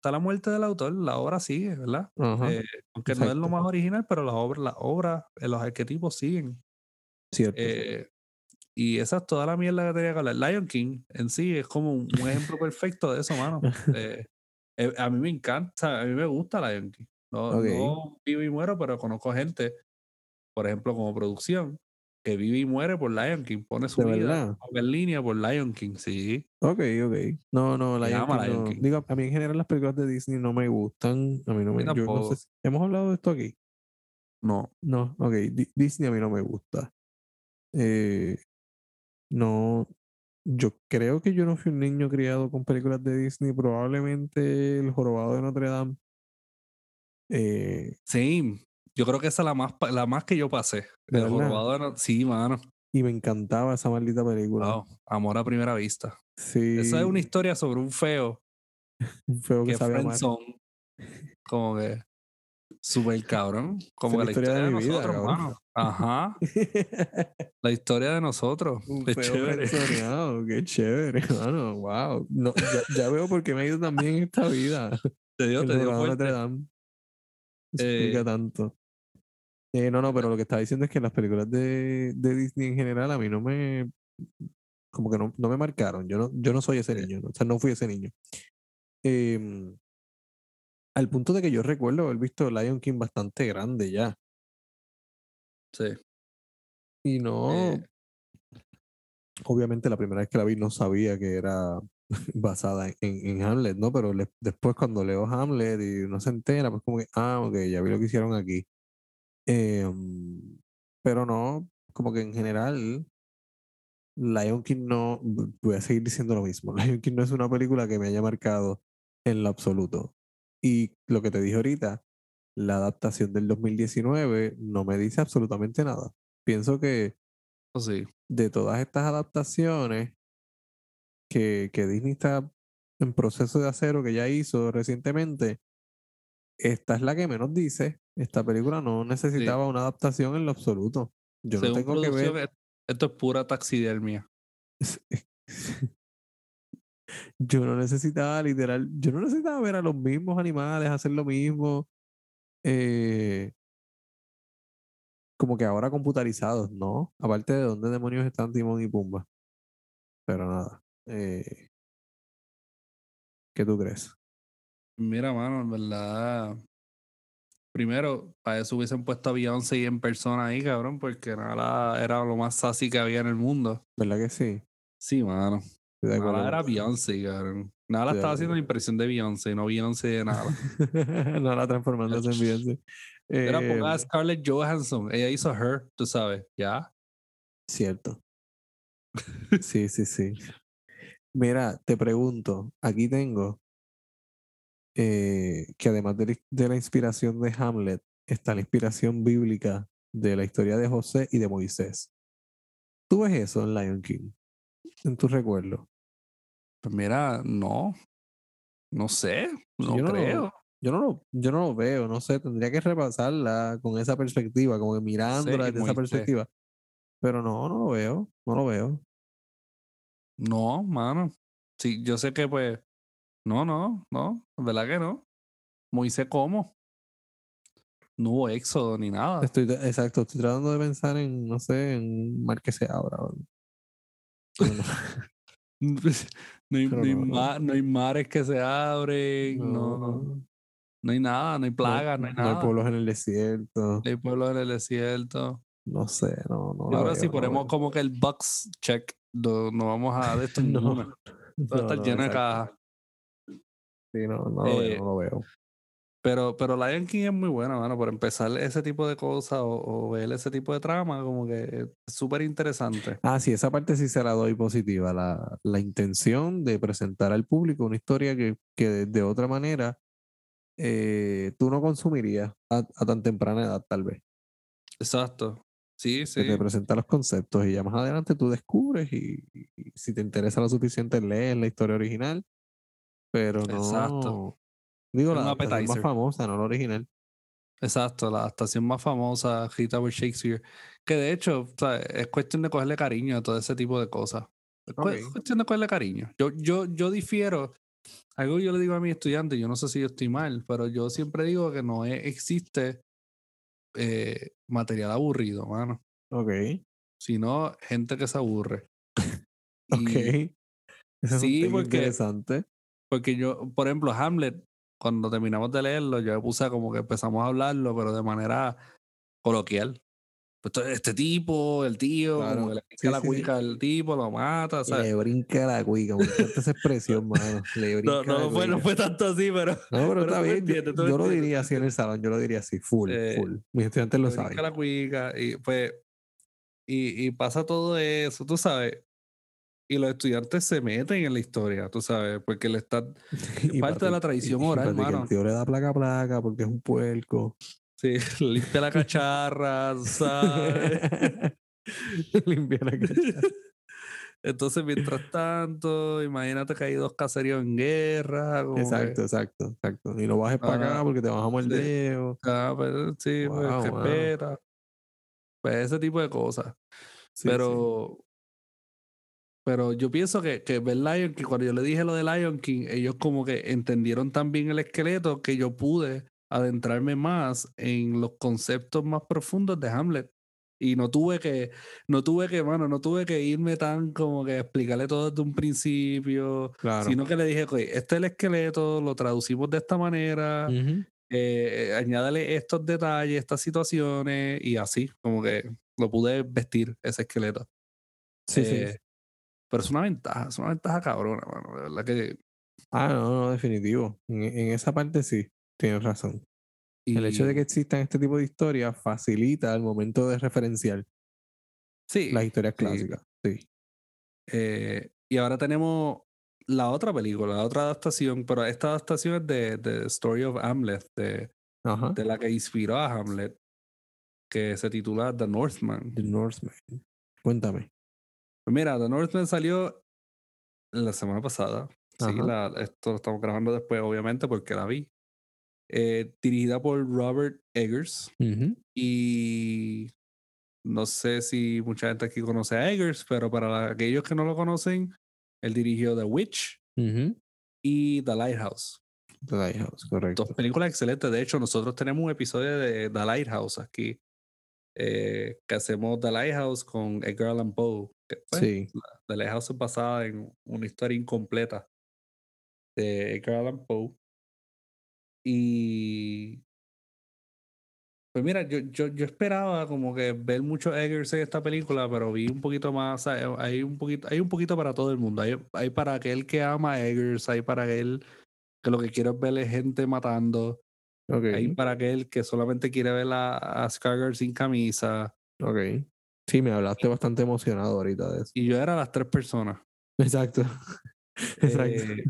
S1: hasta la muerte del autor, la obra sigue, ¿verdad?
S2: Ajá,
S1: Aunque no es lo
S2: exacto.
S1: más original, pero las obras, los arquetipos siguen.
S2: Cierto.
S1: Eh, y esa es toda la mierda que tenía que hablar. Lion King en sí es como un ejemplo perfecto de eso, mano. A mí me encanta, a mí me gusta Lion King. No,
S2: Ok.
S1: no vivo y muero, pero conozco gente, por ejemplo, como producción, que vive y muere por Lion King. Pone su
S2: De
S1: vida
S2: verdad.
S1: en línea por Lion King, sí.
S2: Ok, ok. No, no,
S1: Se
S2: Lion King
S1: llama Lion
S2: no.
S1: King.
S2: Digo, a mí en general las películas de Disney no me gustan. A mí no
S1: Y
S2: me. Yo no sé
S1: tampoco,
S2: si. ¿Hemos hablado de esto aquí?
S1: no.
S2: No, ok. Disney a mí no me gusta. Eh, no. Yo creo que yo no fui un niño criado con películas de Disney. Probablemente El Jorobado de Notre Dame. eh,
S1: Sí, yo creo que esa es la más que yo pasé.
S2: de
S1: El
S2: verdad.
S1: jorobado sí, mano.
S2: Y me encantaba esa maldita película.
S1: Wow, amor a primera vista. Eso es una
S2: Sí,
S1: historia sobre un feo
S2: un feo que
S1: que es
S2: sabe amar.
S1: friendzone, como que súper cabrón,
S2: Esa es
S1: como
S2: la
S1: que la
S2: historia de
S1: historia de
S2: mi vida,
S1: nosotros,
S2: cabrón.
S1: mano. Ajá, la historia de nosotros.
S2: Un
S1: Qué
S2: feo
S1: chévere.
S2: frenzoneado, qué chévere, hermano. Wow. No, ya veo por qué me ha ido tan bien en esta vida. El
S1: Te dio
S2: Jorobado de Notre
S1: fuerte.
S2: Dame. Eso explica
S1: Eh,
S2: tanto. No, pero lo que estaba diciendo es que las películas de Disney en general a mí no me, como que no me marcaron. Yo no soy ese
S1: eh,
S2: niño, ¿no? O sea, no fui ese niño. Em, Al punto de que yo recuerdo haber visto Lion King bastante grande ya.
S1: sí,
S2: Y
S1: eh,
S2: no, obviamente la primera vez que la vi no sabía que era basada en Hamlet, ¿no? Pero después cuando leo Hamlet y uno se entera, pues como que, ok, ya vi lo que hicieron aquí. Pero no, como que en general, Lion King no, voy a seguir diciendo lo mismo, Lion King no es una película que me haya marcado en lo absoluto. Y lo que te dije ahorita, la adaptación del 2019 no me dice absolutamente nada. Pienso que
S1: pues sí,
S2: de todas estas adaptaciones que Disney está en proceso de hacer o que ya hizo recientemente, esta es la que menos dice. Esta película no
S1: sí.
S2: necesitaba una adaptación en lo absoluto. Yo no
S1: Según
S2: tengo que
S1: producción,
S2: ver,
S1: esto es pura taxidermia.
S2: yo no necesitaba literal, yo no necesitaba ver a los mismos animales hacer lo mismo, eh, como que ahora computarizados, ¿no? Aparte de dónde demonios están Timón y Pumba. Pero nada, ¿qué tú crees?
S1: Mira, mano, en verdad. Primero, para eso hubiesen puesto a Beyoncé en persona ahí, cabrón, porque Nala era lo más sassy que había en el mundo.
S2: ¿Verdad que sí?
S1: Sí, mano.
S2: Estoy de acuerdo
S1: Nala era
S2: contigo.
S1: Beyoncé, cabrón. Nala
S2: Estoy de
S1: estaba haciendo
S2: acuerdo.
S1: la impresión de Beyoncé, no Beyoncé de Nala.
S2: No la transformándose en Beyoncé.
S1: Era
S2: Eh,
S1: ponga a Scarlett Johansson. Ella hizo Her, tú sabes, ¿ya?
S2: Cierto. Sí, sí, sí. Mira, te pregunto, aquí tengo que además de la inspiración de Hamlet, está la inspiración bíblica de la historia de José y de Moisés. ¿Tú ves eso en Lion King, en tu recuerdo?
S1: Pues mira, no, no sé,
S2: Si
S1: no creo.
S2: yo no lo veo, no sé, tendría que repasarla con esa perspectiva, como que
S1: José
S2: mirándola
S1: y
S2: desde esa
S1: Moisés.
S2: perspectiva. Pero no lo veo, no lo veo.
S1: No, mano. Sí, yo sé que pues, no, ¿verdad que no? Moisés, ¿cómo? No hubo éxodo ni nada.
S2: Exacto, estoy tratando de pensar en, no sé, en un mar que se abra. Pero no, pero no.
S1: No hay mares que se abren,
S2: No,
S1: no hay nada, no hay plagas, no hay
S2: no hay
S1: nada.
S2: pueblos en el desierto.
S1: No hay pueblos en el desierto.
S2: No sé, no
S1: Yo
S2: la
S1: creo que si
S2: veo, no la
S1: ponemos
S2: veo.
S1: como que el box check, no vamos a de esto
S2: No,
S1: ninguna. Va a estar
S2: no,
S1: lleno de
S2: exacto.
S1: cajas.
S2: Sí, no lo veo,
S1: Eh,
S2: no lo veo.
S1: pero Lion King es muy buena, mano. Por empezar ese tipo de cosas o ver ese tipo de trama, como que es súper interesante.
S2: Ah, sí, esa parte sí se la doy positiva. La intención de presentar al público una historia que de otra manera tú no consumirías a tan temprana edad, tal vez.
S1: Exacto. Sí,
S2: Que te
S1: sí.
S2: presenta los conceptos y ya más adelante tú descubres y si te interesa lo suficiente lees la historia original, pero
S1: Exacto.
S2: no, digo
S1: Es
S2: la
S1: un
S2: adaptación más
S1: appetizer.
S2: famosa, no la original.
S1: Exacto, la adaptación más famosa, Rita por Shakespeare, que de hecho, o sea, es cuestión de cogerle cariño a todo ese tipo de cosas. Es
S2: Ok.
S1: cuestión de cogerle cariño. Yo difiero algo yo le digo a mis estudiantes, yo no sé si yo estoy mal, pero yo siempre digo que no existe material aburrido, mano,
S2: Ok,
S1: sino gente que se aburre.
S2: ok.
S1: Y
S2: Ese es un
S1: sí,
S2: take interesante.
S1: porque yo, por ejemplo, Hamlet, cuando terminamos de leerlo, yo me puse como que empezamos a hablarlo, pero de manera coloquial. Pues este tipo, el tío, como que
S2: Claro.
S1: le pica
S2: Sí,
S1: la
S2: sí, sí.
S1: cuica al tipo, lo mata,
S2: Y
S1: ¿sabes?
S2: le brinca la cuica. Me encanta esa expresión, mano. Le
S1: No,
S2: brinca la
S1: no
S2: cuica.
S1: fue tanto así,
S2: No, pero
S1: pero
S2: está
S1: tú me
S2: bien. Yo,
S1: entiendes, tú me
S2: yo lo
S1: entiendes, tú
S2: diría
S1: me
S2: así en el
S1: entiendes.
S2: salón. Yo lo diría así. Full,
S1: Eh,
S2: full. Mis estudiantes lo
S1: le brinca
S2: saben.
S1: la cuica y pues, y pasa todo eso, tú sabes. Y los estudiantes se meten en la historia, tú sabes, porque le están, es
S2: Y
S1: parte de la tradición oral,
S2: Patrick, el
S1: mano.
S2: tío le da placa a placa porque es un puerco.
S1: Sí, limpia la cacharra, ¿sabes?
S2: Limpia la cacha.
S1: Entonces, mientras tanto, imagínate que hay dos caseríos en guerra, como que,
S2: Exacto, exacto, exacto. Y no bajes para
S1: ah,
S2: acá porque te bajamos el
S1: sí,
S2: dedo.
S1: pues, sí, pues, que
S2: Wow, mano.
S1: espera, pues ese tipo de cosas.
S2: Sí, sí.
S1: Pero, pero yo pienso que ver Lion King, cuando yo le dije lo de Lion King, ellos como que entendieron tan bien el esqueleto que yo pude adentrarme más en los conceptos más profundos de Hamlet. Y mano, no tuve que irme tan como que explicarle todo desde un principio,
S2: Claro.
S1: sino que le dije, oye, este es el esqueleto, lo traducimos de esta manera,
S2: Ujú.
S1: añádale estos detalles, estas situaciones, y así, como que lo pude vestir ese esqueleto.
S2: Sí, sí.
S1: Eh, pero es una ventaja cabrona, mano. De verdad que.
S2: Ah, no, no, definitivo. En esa parte sí, tienes razón. El hecho de que
S1: Y
S2: existan este tipo de historias facilita el momento de referenciar las
S1: sí,
S2: historias
S1: sí.
S2: clásicas. Sí.
S1: Y ahora tenemos la otra película, la otra adaptación, pero esta adaptación es de Story of Hamlet,
S2: Ajá.
S1: de la que inspiró a Hamlet, que se titula The Northman.
S2: The Northman. Cuéntame.
S1: Pues mira, The Northman salió la semana pasada. Sí,
S2: Ajá.
S1: esto lo estamos grabando después, obviamente, porque la vi. Dirigida por Robert Eggers.
S2: Ujú,
S1: Y no sé si mucha gente aquí conoce a Eggers, pero para aquellos que no lo conocen, él dirigió The Witch
S2: ujú.
S1: y The Lighthouse.
S2: The Lighthouse,
S1: Dos
S2: correcto.
S1: películas excelentes. De hecho, nosotros tenemos un episodio de The Lighthouse aquí, que hacemos The Lighthouse con Edgar Allan Poe. Que, pues,
S2: Sí.
S1: The Lighthouse es basada en una historia incompleta de Edgar Allan Poe. Y pues mira, yo esperaba como que ver mucho Eggers en esta película, pero vi un poquito más, o sea, hay un poquito para todo el mundo. Hay para aquel que ama a Eggers, hay para aquel que lo que quiere es ver es gente matando, hay
S2: Ok,
S1: para aquel que solamente quiere ver a Skarsgård sin camisa.
S2: ok. Sí, me hablaste bastante emocionado ahorita de eso.
S1: Y yo era las tres personas.
S2: Exacto, exacto.
S1: Eh,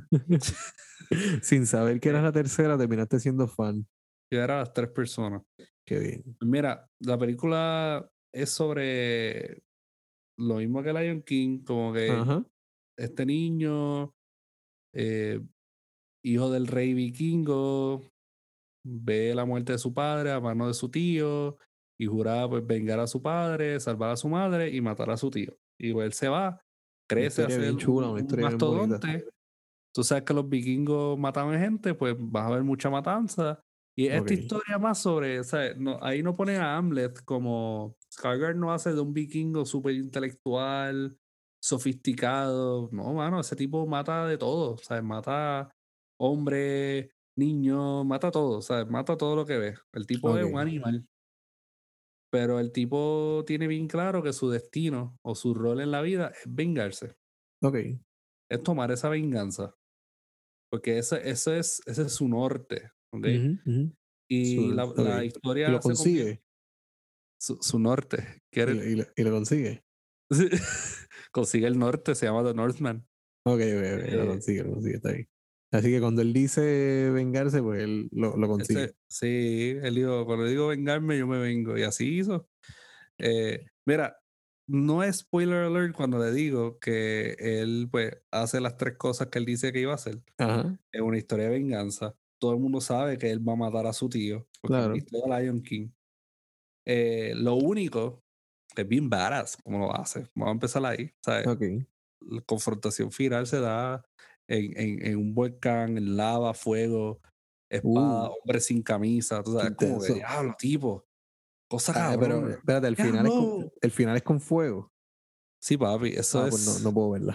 S2: Sin saber que eras
S1: eh,
S2: la tercera, terminaste siendo fan.
S1: yo era las tres personas.
S2: Qué bien.
S1: Mira, la película es sobre lo mismo que Lion King, como que
S2: Ajá.
S1: este niño, eh, hijo del rey vikingo, ve la muerte de su padre a mano de su tío y jura pues vengar a su padre, salvar a su madre y matar a su tío. Y pues él se va,
S2: Una
S1: crece a
S2: historia
S1: ser
S2: bien chula, una
S1: un
S2: historia bien bonita.
S1: mastodonte. Tú sabes que los vikingos mataban gente, pues vas a ver mucha matanza. Y esta
S2: Ok,
S1: historia más sobre, o sea, no, ahí no ponen a Hamlet como Skarsgård no hace de un vikingo súper intelectual, sofisticado. No, mano, ese tipo mata de todo. O sea, mata hombre, niño, mata todo. O sea, mata todo lo que ve. El tipo es un
S2: ok,
S1: animal. Pero el tipo tiene bien claro que su destino o su rol en la vida es vengarse.
S2: ok.
S1: Es tomar esa venganza. Porque ese es su norte, ¿ok?
S2: Ujú, ujú.
S1: Y
S2: Ok.
S1: la
S2: Y
S1: historia
S2: lo
S1: se convierte.
S2: consigue.
S1: Su norte.
S2: Y
S1: ¿Quiere?
S2: y lo consigue.
S1: Consigue el norte, se llama The Northman.
S2: Ok, ok, ok,
S1: Eh,
S2: lo consigue, está bien. Así que cuando él dice vengarse, pues él lo consigue.
S1: sí, él dijo, cuando digo vengarme, yo me vengo. Y así hizo. Mira, no es spoiler alert cuando le digo que él pues hace las tres cosas que él dice que iba a hacer.
S2: Ajá,
S1: Es una historia de venganza. Todo el mundo sabe que él va a matar a su tío, porque es una
S2: claro.
S1: historia de Lion King. Lo único que es bien badass como lo hace. Vamos a empezar ahí. ¿Sabes?
S2: Ok.
S1: La confrontación final se da en un volcán, en lava, fuego, espada, hombre sin camisa, tú
S2: qué
S1: sabes, como que
S2: intenso.
S1: diablo, tipo, cosa
S2: Pero
S1: cabrona.
S2: espérate,
S1: ¡Diablo!
S2: el final es con fuego.
S1: Sí, papi, eso
S2: Pues no,
S1: es.
S2: no puedo verla.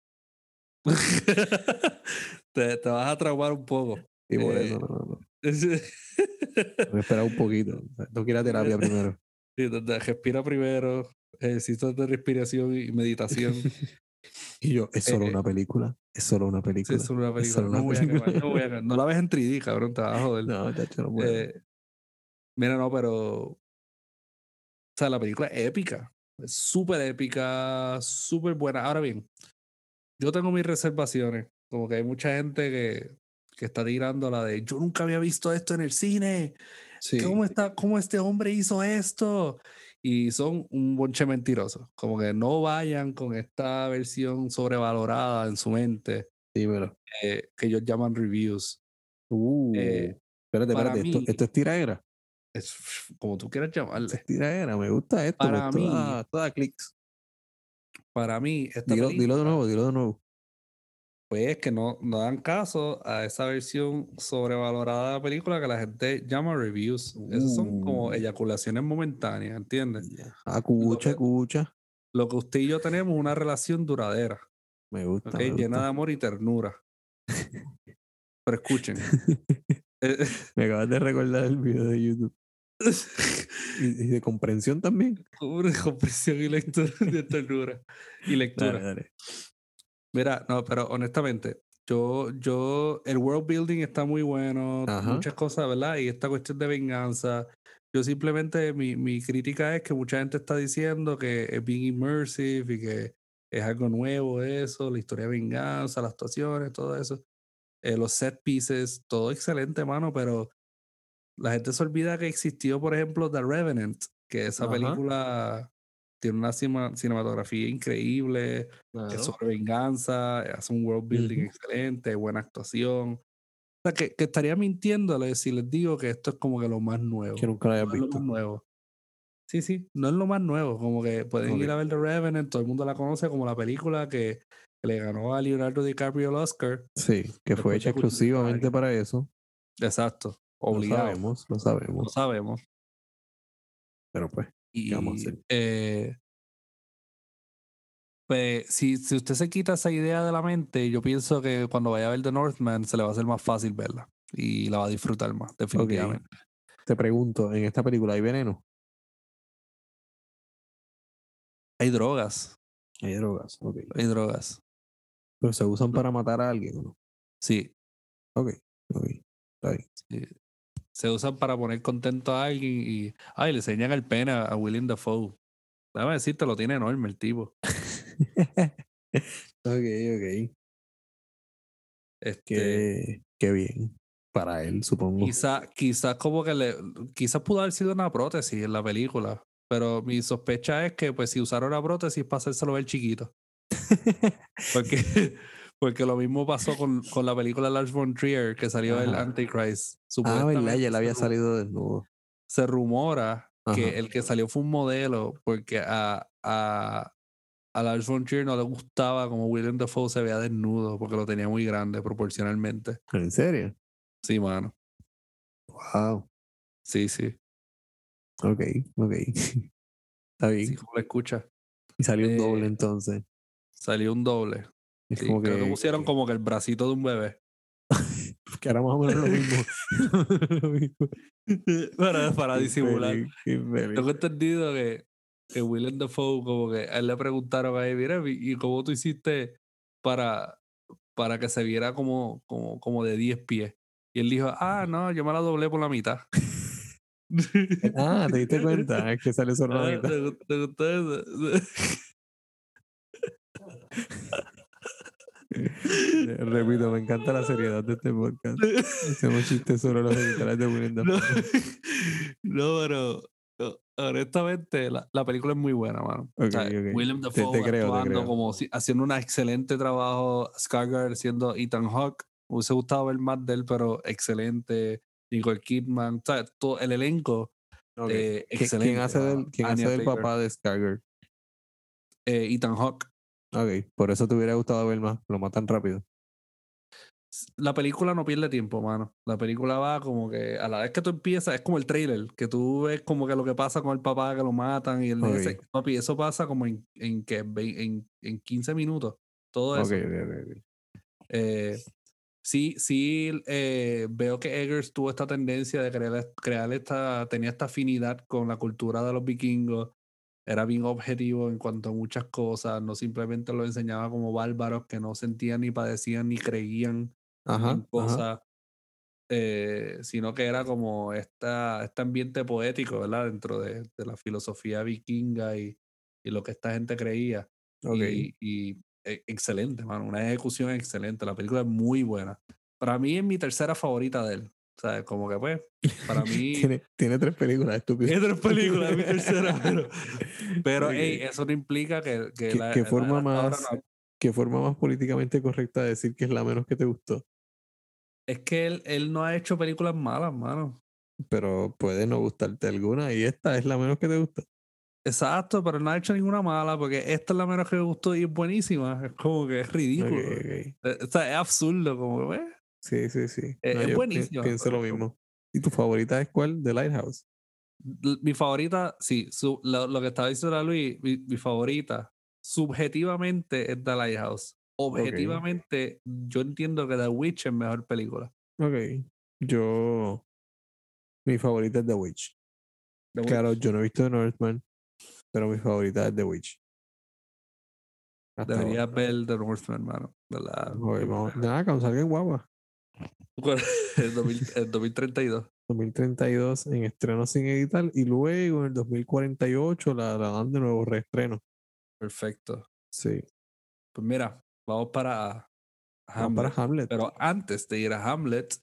S1: Te vas a traumar un poco.
S2: Y por eso
S1: Eh,
S2: no. Tengo que esperar un poquito. O sea, tengo que ir a terapia primero.
S1: Sí, respira primero, ejercicios de respiración y meditación.
S2: Y yo, es solo
S1: Eh,
S2: una película. Es solo una
S1: sí, es
S2: película.
S1: una
S2: Es
S1: película.
S2: solo
S1: No
S2: una
S1: voy a
S2: película.
S1: quemar, no voy a quemar. No la ves en 3D, cabrón, te vas a joder.
S2: No, chacho, no puedo.
S1: Eh, Mira, no, pero. O sea, la película es épica. Es súper épica, súper buena. Ahora bien, yo tengo mis reservaciones. Como que hay mucha gente que está tirando la de yo nunca había visto esto en el cine.
S2: Sí,
S1: ¿Cómo este hombre hizo esto? Y son un bonche mentiroso. Como que no vayan con esta versión sobrevalorada en su mente,
S2: dímelo.
S1: que ellos llaman reviews.
S2: Uh,
S1: Eh, para
S2: espérate.
S1: mí,
S2: Esto es tiraera.
S1: es como tú quieras
S2: Esto es
S1: llamarle.
S2: tiraera. Me gusta esto, pues
S1: Para mí,
S2: toda clics.
S1: para mí, esta película,
S2: Dilo de nuevo.
S1: pues que no dan caso a esa versión sobrevalorada de la película que la gente llama reviews. Esas son como
S2: Uh,
S1: eyaculaciones momentáneas, ¿entiendes?
S2: ya.
S1: Lo que,
S2: Escucha.
S1: lo que usted y yo tenemos es una relación duradera, ¿ok?
S2: Me
S1: Llena de
S2: gusta.
S1: amor y ternura. Pero escuchen. eh,
S2: Me acabas de recordar el video de YouTube. Y de comprensión también.
S1: Una comprensión y lectura de ternura y
S2: Dale,
S1: lectura.
S2: dale.
S1: Mira, no, pero honestamente, el world building está muy bueno,
S2: Ajá.
S1: muchas cosas, ¿verdad? Y esta cuestión de venganza, yo simplemente, mi crítica es que mucha gente está diciendo que es bien immersive y que es algo nuevo eso, la historia de venganza, las actuaciones, todo eso. Los set pieces, todo excelente, mano, pero la gente se olvida que existió, por ejemplo, The Revenant, que esa
S2: Ajá.
S1: película tiene una cinematografía increíble, es
S2: Claro.
S1: sobre venganza, hace un world building
S2: Ujú.
S1: excelente, buena actuación. O sea, que estaría mintiéndoles si les digo que esto es como que lo más
S2: Que
S1: nuevo.
S2: nunca lo hayas
S1: No es lo más
S2: visto.
S1: nuevo. Sí, sí, no es lo más nuevo. Como que pueden
S2: Ok.
S1: ir a ver The Revenant, todo el mundo la conoce como la película que le ganó a Leonardo DiCaprio el Oscar
S2: Sí, que fue
S1: después
S2: hecha
S1: de Cuchillo de
S2: exclusivamente
S1: Caballo.
S2: para eso.
S1: Exacto,
S2: Lo
S1: obligado,
S2: sabemos, lo
S1: lo
S2: sabemos.
S1: sabemos.
S2: Pero pues, ¿qué vamos a
S1: Y
S2: hacer?
S1: pues, si usted se quita esa idea de la mente, yo pienso que cuando vaya a ver The Northman se le va a hacer más fácil verla y la va a disfrutar más,
S2: Ok.
S1: definitivamente.
S2: Te pregunto, ¿en esta película hay veneno?
S1: Hay drogas,
S2: Hay drogas. Ok.
S1: hay drogas.
S2: Pero se usan para matar a alguien, ¿o no?
S1: Sí,
S2: Ok. Ok. Está bien.
S1: sí. Se usan para poner contento a alguien y, ay, le enseñan el pene a William Dafoe. Déjame decirte, lo tiene enorme el tipo.
S2: Ok, ok.
S1: Este,
S2: Qué bien. Para él, supongo.
S1: quizás como que quizás pudo haber sido una prótesis en la película, pero mi sospecha es que pues si usaron la prótesis para hacérselo ver chiquito. Porque, porque lo mismo pasó con la película Lars von Trier, que salió el
S2: Ajá.
S1: Antichrist.
S2: Ah, ¿verdad? Ya
S1: Supuestamente
S2: él había salido desnudo.
S1: se rumora
S2: Ajá.
S1: que el que salió fue un modelo, porque a Lars von Trier no le gustaba como William Dafoe se veía desnudo, porque lo tenía muy grande proporcionalmente.
S2: ¿En serio?
S1: Sí, mano.
S2: Wow.
S1: Sí, sí.
S2: Ok, ok. Está
S1: Sí,
S2: bien.
S1: como lo escucha.
S2: Y salió un doble
S1: Eh,
S2: entonces.
S1: Salió un doble.
S2: Es
S1: Sí,
S2: como
S1: creo que pusieron como que el bracito de un bebé.
S2: que era más o menos lo mismo. Lo mismo.
S1: Para
S2: Qué
S1: disimular.
S2: feliz, qué feliz.
S1: Tengo entendido que Willem Dafoe, como que a él le preguntaron ahí, mira, ¿y cómo tú hiciste para, para que se viera como de 10 pies? Y él dijo, no, yo me la doblé por la mitad.
S2: Ah, ¿te diste cuenta? Es que sale solo la mitad.
S1: ¿Te gustó eso?
S2: Repito, me encanta la seriedad de este podcast. Hacemos chistes sobre los genitales de Willem
S1: No,
S2: Dafoe.
S1: no, pero honestamente la película es muy buena, mano. O
S2: Ok,
S1: sea,
S2: ok.
S1: Willem
S2: Te
S1: Dafoe
S2: creo, te
S1: actuando
S2: creo.
S1: como haciendo un excelente trabajo, Skarsgård siendo Ethan Hawke. Me hubiese gustado ver más de él, pero excelente. Nicole Kidman, o sea, todo el elenco,
S2: Ok.
S1: excelente, mano.
S2: Quién hace
S1: Anya
S2: del
S1: Taylor,
S2: papá de Skarsgård?
S1: Ethan Hawke.
S2: Ok, por eso te hubiera gustado ver más, lo matan rápido.
S1: La película no pierde tiempo, mano. La película va como que a la vez que tú empiezas, es como el trailer, que tú ves como que lo que pasa con el papá que lo matan y el ese.
S2: Ok,
S1: Papi, eso pasa como en 15 minutos. Todo
S2: ok,
S1: eso.
S2: ok.
S1: Eh, sí, veo que Eggers tuvo esta tendencia de tenía esta afinidad con la cultura de los vikingos. Era bien objetivo en cuanto a muchas cosas, no simplemente lo enseñaba como bárbaros que no sentían ni padecían ni creían en
S2: Ajá, ajá.
S1: cosas, sino que era como este ambiente poético, ¿verdad? Dentro de la filosofía vikinga y lo que esta gente creía.
S2: Ok.
S1: Excelente, mano, una ejecución excelente. La película es muy buena. Para mí es mi tercera favorita de él. O sea, como que pues, para mí
S2: Tiene 3 películas, estúpido.
S1: es tres películas, es mi tercera, pero hey,
S2: Ok.
S1: eso no implica que
S2: ¿Qué,
S1: la,
S2: qué
S1: la de
S2: forma
S1: hasta ahora
S2: más,
S1: no.
S2: qué forma más políticamente correcta de decir que es la menos que te gustó?
S1: Es que él no ha hecho películas malas, mano.
S2: Pero puede no gustarte alguna y esta es la menos que te gustó.
S1: Exacto, pero no ha hecho ninguna mala porque esta es la menos que me gustó y es buenísima. Es como que es
S2: Ok,
S1: ridículo.
S2: ok.
S1: O sea, es absurdo, como que,
S2: Sí, sí, sí. No,
S1: es
S2: yo
S1: buenísima.
S2: pienso lo mismo. ¿Y tu favorita es cuál? The Lighthouse.
S1: Mi favorita, sí, lo que estaba diciendo la Luis, mi favorita, subjetivamente es The Lighthouse.
S2: Ok,
S1: Objetivamente, yo entiendo que The Witch es mejor película.
S2: ok. Yo, mi favorita es The Witch.
S1: The
S2: Claro,
S1: Witch.
S2: yo no he visto The Northman, pero mi favorita es The Witch. Hasta
S1: Deberías
S2: ahora.
S1: ver The Northman, hermano. ¿Verdad?
S2: Oye, vamos, nada, cuando salga en guagua.
S1: El 2032.
S2: 2032 en estreno sin editar y luego en el 2048 la dan de nuevo reestreno.
S1: Perfecto.
S2: Sí.
S1: Pues mira, vamos para
S2: Vamos para
S1: Hamlet.
S2: Hamlet.
S1: Pero antes de ir a Hamlet,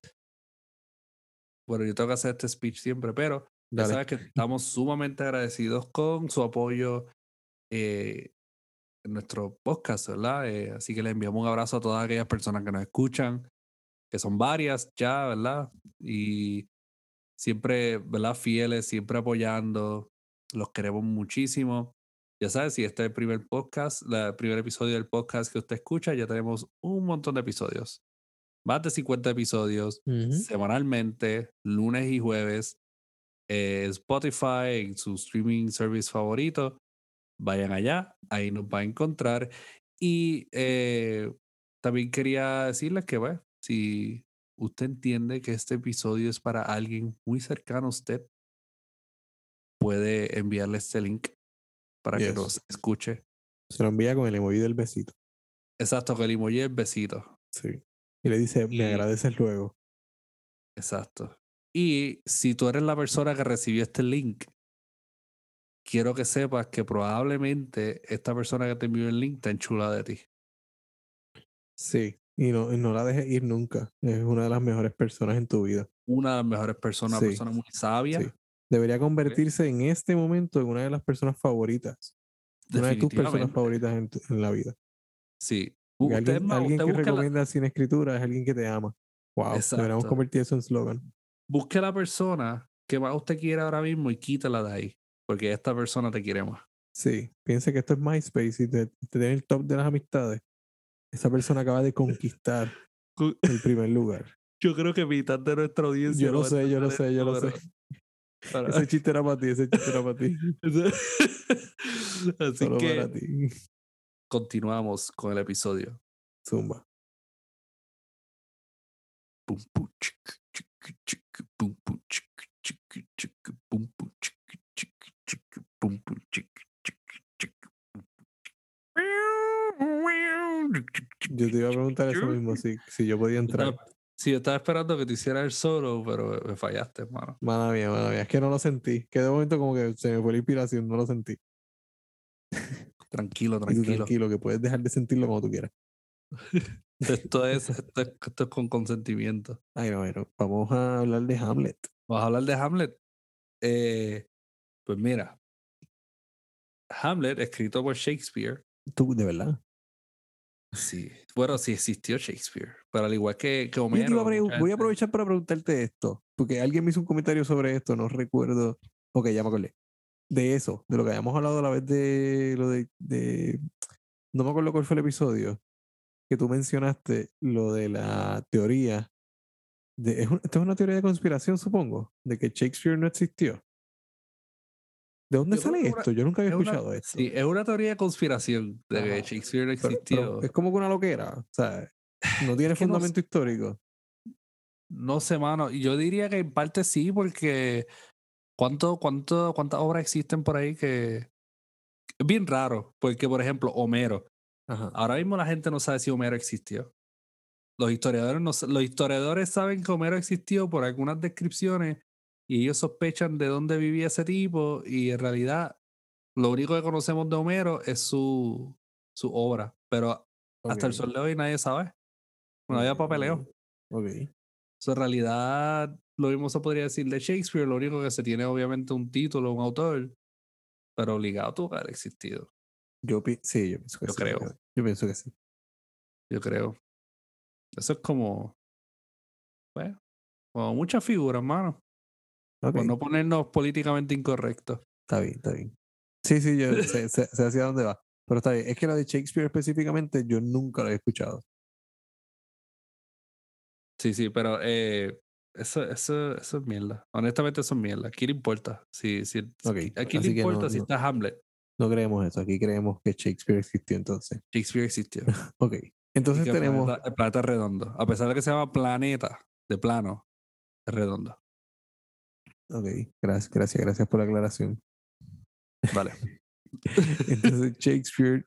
S1: bueno, yo tengo que hacer este speech siempre, pero ya
S2: Dale.
S1: sabes que estamos sumamente agradecidos con su apoyo en nuestro podcast, ¿verdad? Así que le enviamos un abrazo a todas aquellas personas que nos escuchan, que son varias ya, ¿verdad? Y siempre, ¿verdad? Fieles, siempre apoyando. Los queremos muchísimo. Ya sabes, si este es el primer podcast, el primer episodio del podcast que usted escucha, ya tenemos un montón de episodios. Más de 50 episodios
S2: Ujú.
S1: semanalmente, lunes y jueves. Spotify, en su streaming service favorito. Vayan allá, ahí nos va a encontrar. Y también quería decirles que, bueno, si usted entiende que este episodio es para alguien muy cercano a usted, puede enviarle este link para que
S2: Yes.
S1: nos escuche.
S2: Se lo envía con el emoji del besito.
S1: Exacto, que el emoji es besito.
S2: Sí. Y le dice, me
S1: Y,
S2: agradeces luego.
S1: exacto. Y si tú eres la persona que recibió este link, quiero que sepas que probablemente esta persona que te envió el link está enchulada de ti.
S2: Sí. Y no la dejes ir nunca. Es una de las mejores personas en tu vida.
S1: Una de las mejores personas, una
S2: Sí,
S1: persona muy
S2: sí.
S1: sabia.
S2: Debería
S1: ¿Ok?
S2: convertirse en este momento en una de las personas favoritas. Una de tus personas
S1: Definitivamente.
S2: favoritas en la vida.
S1: Sí.
S2: Porque
S1: Usted es más,
S2: alguien
S1: usted
S2: que
S1: busque la,
S2: recomienda sin escritura es alguien que te ama. Wow. Deberíamos
S1: exacto.
S2: convertir eso en slogan.
S1: Busque la persona que más usted quiere ahora mismo y quítala de ahí. Porque esta persona te quiere más.
S2: Sí. Piense que esto es MySpace y te tiene el top de las amistades. Esa persona acaba de conquistar el primer lugar.
S1: Yo creo que mitad de nuestra audiencia
S2: Yo
S1: no
S2: lo
S1: va a
S2: sé, yo lo
S1: entender
S2: sé, yo
S1: esto,
S2: lo sé.
S1: pero para-
S2: Ese chiste era para ti, ese chiste era para ti.
S1: Así
S2: Solo para
S1: que
S2: ti.
S1: continuamos con el episodio.
S2: Zumba.
S1: Pum, pum, chic, chic, chic, pum, pum, chic, chic, chic, pum, pum, chic, chic, chic, pum, pum, chic, chic, chic.
S2: Yo te iba a preguntar eso mismo, si yo podía
S1: Yo
S2: entrar.
S1: estaba- Sí, yo estaba esperando que te hiciera el solo, pero me fallaste, hermano.
S2: Mala mía, mala mía. Es que no lo sentí. Que de momento como que se me fue la inspiración, no lo sentí.
S1: Tranquilo,
S2: Y tú
S1: tranquilo.
S2: tranquilo, que puedes dejar de sentirlo como tú quieras.
S1: Esto es con consentimiento.
S2: Ay, no, bueno, vamos a hablar de Hamlet.
S1: Vamos a hablar de Hamlet. Eh, pues mira, Hamlet, escrito por Shakespeare.
S2: Tú, de verdad.
S1: Sí, bueno, sí existió Shakespeare, pero al igual que
S2: Yo te iba a
S1: Homero, mucha
S2: voy a
S1: gente.
S2: aprovechar para preguntarte esto, porque alguien me hizo un comentario sobre esto, no recuerdo. Ok, ya me acordé. De eso, de lo que habíamos hablado a la vez de lo no me acuerdo cuál fue el episodio, que tú mencionaste lo de la teoría. Esto es una teoría de conspiración, supongo, de que Shakespeare no existió. ¿De dónde
S1: Yo creo
S2: sale
S1: que
S2: esto? Yo nunca había
S1: es una,
S2: escuchado esto.
S1: sí, es una teoría de conspiración de que
S2: Ajá.
S1: Shakespeare no
S2: Pero
S1: existió.
S2: es como que una loquera. O sea, no
S1: Es
S2: tiene
S1: que no,
S2: fundamento histórico.
S1: no sé, mano. Y yo diría que en parte sí, porque ¿cuántas obras existen por ahí que es bien raro? Porque, por ejemplo, Homero.
S2: Ajá.
S1: Ahora mismo la gente no sabe si Homero existió. Los historiadores, los historiadores saben que Homero existió por algunas descripciones y ellos sospechan de dónde vivía ese tipo y en realidad lo único que conocemos de Homero es su obra. Pero hasta el
S2: Ok.
S1: sol de hoy nadie sabe. No
S2: Ok,
S1: había papeleo.
S2: ok.
S1: So, en realidad, lo mismo se podría decir de Shakespeare, lo único que se tiene obviamente un título, un autor, pero obligado tuvo que haber existido.
S2: Sí, yo pienso que
S1: Yo
S2: sí.
S1: creo,
S2: Yo pienso que sí.
S1: yo creo. Eso es como, bueno, como muchas figuras, mano.
S2: Ok,
S1: Por no ponernos políticamente incorrectos.
S2: está bien, está bien. Sí, sí, yo sé hacia dónde va. Pero está bien. Es que lo de Shakespeare específicamente yo nunca lo he escuchado.
S1: Sí, sí, pero eso es mierda. Honestamente, eso es mierda. ¿A quién le importa?
S2: Ok,
S1: ¿A quién le
S2: así que
S1: importa si está Hamlet?
S2: no creemos eso. Aquí creemos que Shakespeare existió entonces.
S1: Shakespeare existió.
S2: Ok,
S1: Y
S2: entonces
S1: que
S2: tenemos.
S1: el planeta es redondo. A pesar de que se llama planeta de plano, es redondo.
S2: Ok, gracias por la aclaración.
S1: Vale.
S2: Entonces, Shakespeare,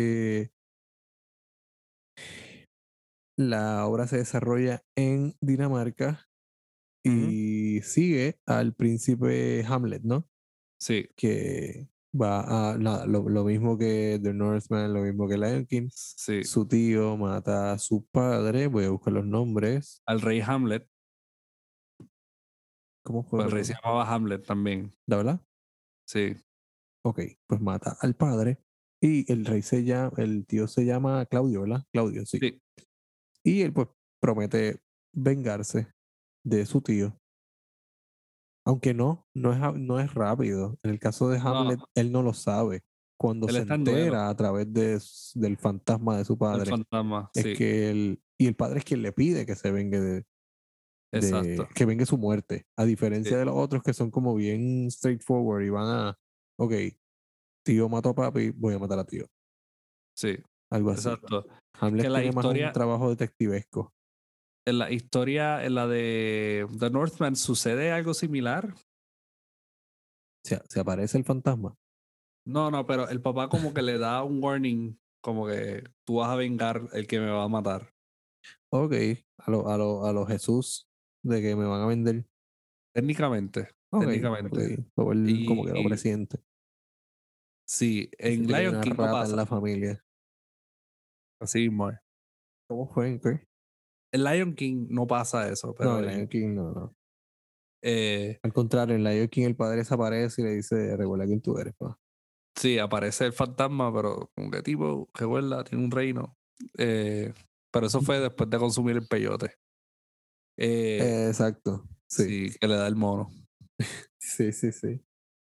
S2: la obra se desarrolla en Dinamarca
S1: Ujú.
S2: y sigue al príncipe Hamlet, ¿no?
S1: Sí,
S2: Que va a nada, lo mismo que The Northman, lo mismo que Lion King.
S1: sí.
S2: Su tío mata a su padre. Voy a buscar los nombres.
S1: Al rey Hamlet,
S2: ¿Cómo fue,
S1: pues el rey se
S2: perdón?
S1: llamaba Hamlet también.
S2: ¿De verdad?
S1: Sí,
S2: Ok, pues mata al padre. Y el tío se llama Claudio, ¿verdad? Claudio, sí.
S1: sí.
S2: Y él pues promete vengarse de su tío. Aunque no es rápido. En el caso de
S1: No,
S2: Hamlet, él no lo sabe. Cuando
S1: él
S2: se
S1: está en duelo.
S2: entera a través del fantasma de su
S1: El
S2: padre,
S1: fantasma,
S2: es
S1: sí.
S2: que y el padre es quien le pide que se vengue
S1: Exacto.
S2: que vengue su muerte. A
S1: Sí,
S2: diferencia de los otros que son como bien straightforward y ok, tío mató a papi, voy a matar a tío.
S1: sí.
S2: Algo así.
S1: Exacto. Que
S2: Hamlet tiene más un trabajo detectivesco.
S1: en la de The Northman, sucede algo similar.
S2: Se aparece el fantasma.
S1: No, no, pero el papá como que le da un warning, como que tú vas a vengar el que me va a matar.
S2: Ok, a lo Jesús de que me van a vender.
S1: Técnicamente,
S2: Ok, ok.
S1: técnicamente.
S2: Como que lo
S1: Y
S2: presiente.
S1: sí, en
S2: Siente que hay
S1: Lion
S2: una
S1: King no
S2: rata en
S1: pasa.
S2: la familia.
S1: Así mismo es.
S2: ¿Cómo fue? ¿En qué?
S1: En Lion King no pasa eso,
S2: No,
S1: pero
S2: en Lion King no, no.
S1: eh,
S2: Al contrario, en Lion King el padre desaparece y le dice, recuerda quién tú eres, pa.
S1: sí, aparece el fantasma, pero como que tipo, que vuela, tiene un reino. Eh, pero eso fue después de consumir el peyote.
S2: Exacto, sí.
S1: Sí, que le da el mono.
S2: Sí, sí, sí.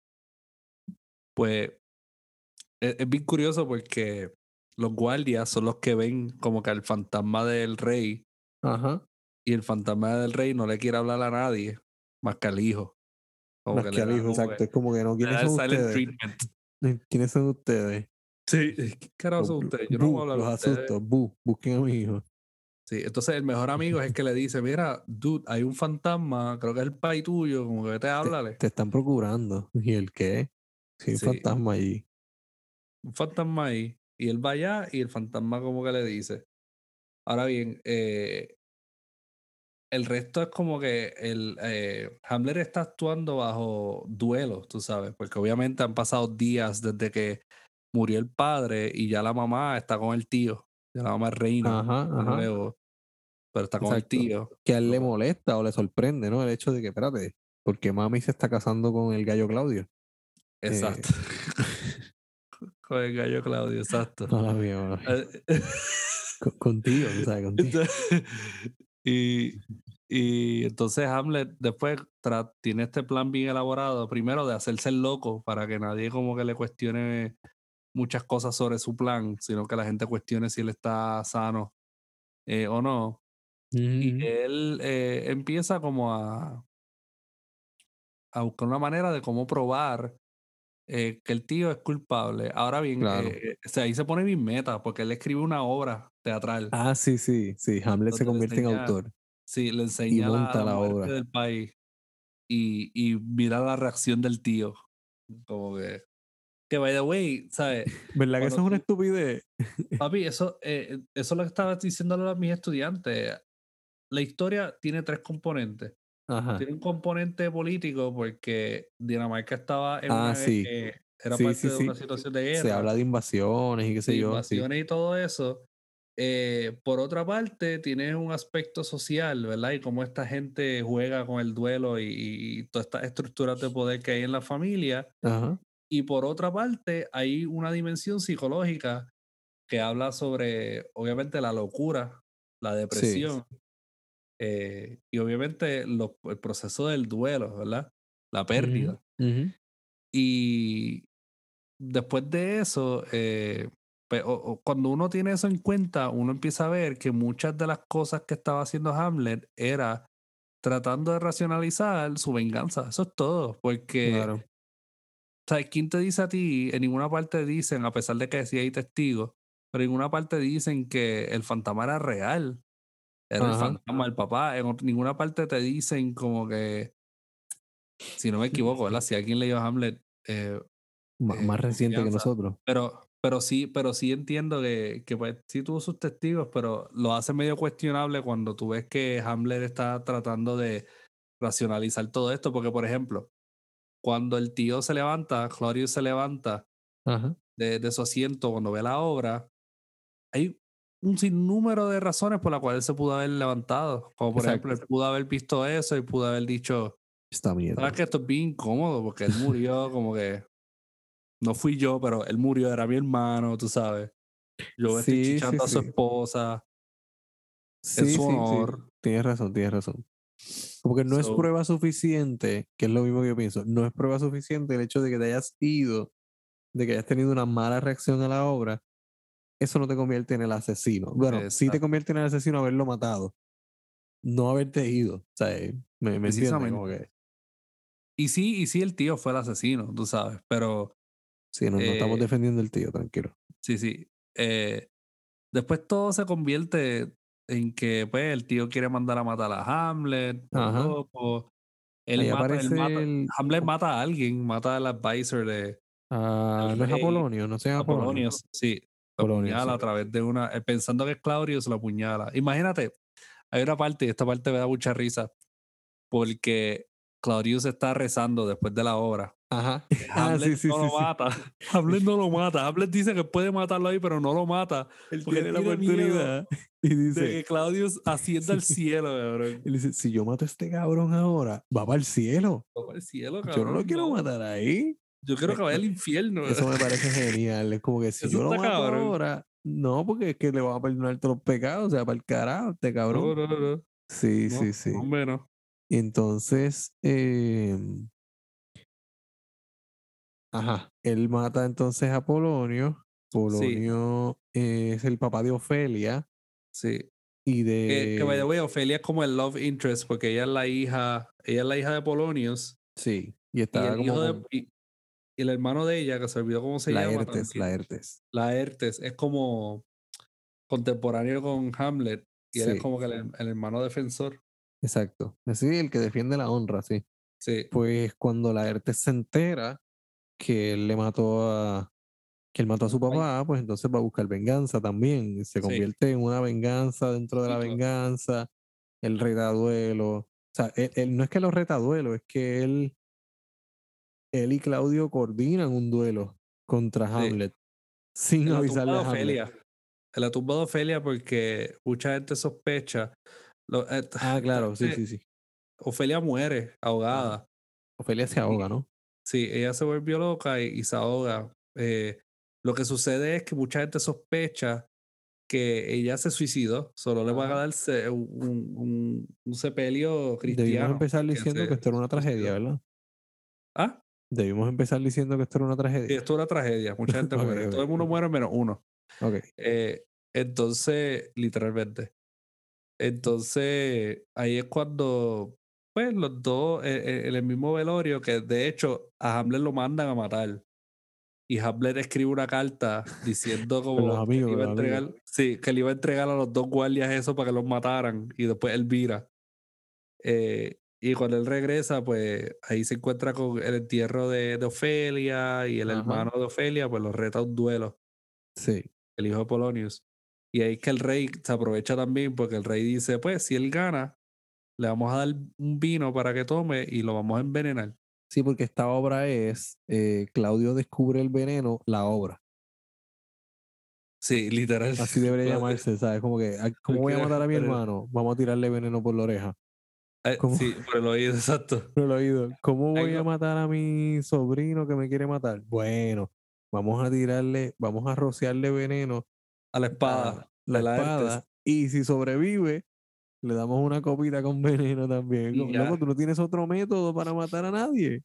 S1: Pues es bien curioso porque los guardias son los que ven como que al fantasma del rey
S2: Ajá.
S1: y el fantasma del rey no le quiere hablar a nadie más que al hijo. Como
S2: Más
S1: que
S2: que al hijo, exacto. Es como que no,
S1: le
S2: ¿quiénes
S1: da el
S2: son
S1: silent
S2: ustedes?
S1: treatment.
S2: ¿Quiénes son ustedes?
S1: Sí, ¿qué carajo son ustedes? Yo no voy a hablar a
S2: Los
S1: ustedes.
S2: asusto, busquen a mi hijo.
S1: Sí, entonces el mejor amigo es el que le dice, mira, dude, hay un fantasma, creo que es el pai tuyo, como que te háblale.
S2: Te están procurando. ¿Y el qué? Sí, hay un
S1: Sí,
S2: fantasma allí.
S1: un fantasma ahí. Y él va allá y el fantasma como que le dice. Ahora bien, el resto es como que Hamlet está actuando bajo duelo, tú sabes, porque obviamente han pasado días desde que murió el padre y ya la mamá está con el tío. Ya la mamá es reina
S2: Ajá,
S1: de
S2: ajá.
S1: nuevo, pero está con el
S2: Exacto.
S1: tío.
S2: Que a él le
S1: Como-
S2: molesta o le sorprende, ¿no? El hecho de que, espérate, porque mami se está casando con el gallo Claudio. Eh,
S1: Exacto. Con el gallo Claudio, exacto.
S2: no la veo, no la veo.
S1: Eh,
S2: Contigo, tú sabes, contigo.
S1: entonces, y, y entonces Hamlet después tiene este plan bien elaborado, primero de hacerse el loco para que nadie como que le cuestione muchas cosas sobre su plan, sino que la gente cuestione si él está sano o no. Y
S2: Ujú.
S1: él empieza como a buscar una manera de cómo probar que el tío es culpable. Ahora bien,
S2: Claro.
S1: o sea, ahí se pone bien meta, porque él escribe una obra teatral
S2: Ah, sí, sí, sí. Hamlet se
S1: donde le
S2: convierte en
S1: enseña,
S2: autor
S1: sí, le
S2: y
S1: enseña
S2: monta
S1: la
S2: la
S1: muerte
S2: obra.
S1: del país y mira la reacción del tío. Como que by the way, ¿sabes?
S2: ¿Verdad que
S1: Cuando
S2: eso es una
S1: tú,
S2: estupidez?
S1: papi, eso es lo que estaba diciéndole a mis estudiantes. La historia tiene tres componentes.
S2: Ajá.
S1: Tiene un componente político porque Dinamarca estaba en
S2: Ah,
S1: una,
S2: sí.
S1: era
S2: Sí,
S1: parte
S2: sí,
S1: de una
S2: sí.
S1: situación de
S2: Se
S1: guerra,
S2: habla de invasiones y qué sé
S1: de
S2: yo, sí.
S1: invasiones y todo eso. Por otra parte, tienes un aspecto social, ¿verdad? Y cómo esta gente juega con el duelo y todas estas estructuras de poder que hay en la familia.
S2: Ajá.
S1: Y por otra parte, hay una dimensión psicológica que habla sobre, obviamente, la locura, la
S2: Sí.
S1: depresión y obviamente el proceso del duelo, ¿verdad? La
S2: Ujú,
S1: pérdida.
S2: ujú.
S1: Y después de eso, cuando uno tiene eso en cuenta, uno empieza a ver que muchas de las cosas que estaba haciendo Hamlet era tratando de racionalizar su venganza. Eso es todo. Porque,
S2: Claro.
S1: ¿sabes? ¿Quién te dice a ti? En ninguna parte dicen, a pesar de que sí hay testigos, pero en ninguna parte dicen que el fantasma era real. Era el
S2: Ajá.
S1: fantasma del papá. En ninguna parte te dicen como que, si no me equivoco, ¿verdad? Si alguien leyó Hamlet,
S2: Más reciente que
S1: confianza.
S2: nosotros.
S1: Pero sí entiendo que pues, sí tuvo sus testigos, pero lo hace medio cuestionable cuando tú ves que Hamlet está tratando de racionalizar todo esto. Porque, por ejemplo, cuando el tío se levanta, Claudius se levanta
S2: Ajá.
S1: de su asiento cuando ve la obra, hay un sinnúmero de razones por las cuales él se pudo haber levantado. Como por ejemplo, él
S2: Exacto.
S1: pudo haber visto eso y pudo haber dicho,
S2: Esta
S1: ¿sabes
S2: mierda.
S1: que esto es bien incómodo? Porque él murió como que, no fui yo, pero él murió, era mi hermano, tú sabes. Yo me estoy
S2: Sí, sí,
S1: chichando a su
S2: sí.
S1: esposa en
S2: Sí,
S1: su
S2: sí, sí.
S1: honor.
S2: Tienes razón, tienes razón. Como que no es
S1: So,
S2: prueba suficiente, que es lo mismo que yo pienso, no es prueba suficiente el hecho de que te hayas ido, de que hayas tenido una mala reacción a la obra, eso no te convierte en el asesino. Bueno, sí te
S1: exacto.
S2: convierte en el asesino haberlo matado, no haberte ido. O sea, me entiendes, como
S1: Precisamente.
S2: que
S1: Y sí, el tío fue el asesino, tú sabes. Pero,
S2: sí, no, no estamos
S1: eh,
S2: defendiendo el tío, tranquilo.
S1: sí, sí. Después todo se convierte en que, pues, el tío quiere mandar a matar a Hamlet, por
S2: Ajá.
S1: loco.
S2: Ahí
S1: Él
S2: aparece
S1: mata,
S2: el.
S1: Hamlet mata a alguien, mata al advisor del
S2: No es
S1: rey,
S2: Apolonio, no se llama Apolonio.
S1: Apolonio, sí, lo
S2: Apolonio,
S1: apuñala
S2: sí.
S1: a través de una, pensando que es Claudio, se lo apuñala. Imagínate, hay una parte, y esta parte me da mucha risa, porque Claudius está rezando después de la obra.
S2: Ajá. Ah,
S1: Hamlet
S2: sí, sí,
S1: no
S2: sí,
S1: lo
S2: sí.
S1: mata. Hamlet no lo mata. Hamlet dice que puede matarlo ahí, pero no lo mata.
S2: Él
S1: Porque él
S2: tiene la
S1: tiene miedo
S2: oportunidad y
S1: de
S2: dice,
S1: que Claudius ascienda al
S2: sí.
S1: cielo, cabrón.
S2: Él dice, si yo mato a este cabrón ahora, va para el cielo.
S1: No, al cielo,
S2: Yo no lo
S1: cabrón,
S2: quiero
S1: no.
S2: matar ahí.
S1: Yo quiero que vaya al infierno.
S2: Eso me parece genial. Es como que si
S1: Eso
S2: yo lo
S1: está
S2: mato
S1: cabrón.
S2: ahora, no, porque es que le va a perdonar todos los pecados, o sea, para el carajo, este cabrón.
S1: No, no, no, no.
S2: Sí,
S1: No,
S2: sí, sí.
S1: hombre, no.
S2: Entonces, ajá, él mata entonces a Polonio.
S1: Sí,
S2: Polonio es el papá de Ofelia
S1: sí.
S2: y
S1: Que by the
S2: de,
S1: way, Ofelia es como el love interest, porque ella es la hija de Polonius,
S2: sí, y
S1: y
S2: estaba
S1: el
S2: como
S1: hijo
S2: con
S1: y el hermano de ella, que se olvidó cómo se llama también,
S2: Laertes.
S1: Laertes, es como contemporáneo con Hamlet, y él es
S2: Sí,
S1: como que el hermano defensor.
S2: exacto. Sí, el que defiende la honra, sí.
S1: Sí,
S2: Pues cuando Laertes se entera que que él mató a su
S1: ay,
S2: papá, pues entonces va a buscar venganza también. Se
S1: sí,
S2: convierte en una venganza dentro de la
S1: y
S2: venganza. Él reta a duelo. O sea, no es que lo reta a duelo, es que él y Claudio coordinan un duelo contra
S1: sí.
S2: Hamlet sin
S1: En la tumba
S2: avisarle
S1: de
S2: a Hamlet.
S1: Ofelia, en la tumba de Ofelia, porque mucha gente sospecha. lo- eh,
S2: Ah,
S1: esta
S2: claro, sí,
S1: gente-
S2: sí, sí.
S1: Ofelia muere
S2: Ajá.
S1: ahogada.
S2: Ofelia se ahoga,
S1: Y
S2: ¿no?
S1: sí, ella se volvió loca y se ahoga. Lo que sucede es que mucha gente sospecha que ella se suicidó, solo le van a
S2: Ajá.
S1: dar un sepelio
S2: Debimos
S1: cristiano,
S2: empezar
S1: porque
S2: diciendo que
S1: se
S2: esto era una tragedia,
S1: suicidó.
S2: ¿verdad?
S1: Ah,
S2: Debimos empezar diciendo que esto era una
S1: sí,
S2: tragedia.
S1: esto es una tragedia, mucha gente
S2: Ok,
S1: muere, todo
S2: ok,
S1: el mundo muere menos uno.
S2: ok.
S1: Entonces, literalmente. Entonces, ahí es cuando, pues, los dos, en el mismo velorio, que de hecho a Hamlet lo mandan a matar. Y Hamlet escribe una carta diciendo
S2: Con los
S1: como que le
S2: amigos,
S1: iba
S2: con
S1: a
S2: los amigos.
S1: entregar, sí, que le iba a entregar a los dos guardias eso para que los mataran. Y después él vira. Y cuando él regresa, pues ahí se encuentra con el entierro de Ofelia y el
S2: Ajá.
S1: hermano de Ofelia, pues los reta a un duelo,
S2: Sí.
S1: el hijo de Polonius. Y ahí es que el rey se aprovecha también porque el rey dice, pues si él gana, le vamos a dar un vino para que tome y lo vamos a envenenar.
S2: Sí, porque esta obra es Claudio descubre el veneno, la obra.
S1: Sí, literal.
S2: Así debería
S1: Claudio,
S2: llamarse, ¿sabes? Como que, ¿cómo voy a
S1: porque-
S2: matar a mi hermano? Vamos a tirarle veneno por la oreja. ¿Cómo?
S1: sí, por el oído, exacto.
S2: Por el oído. ¿Cómo voy a
S1: Algo
S2: matar a mi sobrino que me quiere matar? Bueno, vamos a rociarle veneno
S1: a la
S2: a
S1: espada
S2: la
S1: de Laertes.
S2: espada y si sobrevive, le damos una copita con veneno también.
S1: Y
S2: Loco, tú
S1: ya.
S2: no tienes otro método para matar a nadie.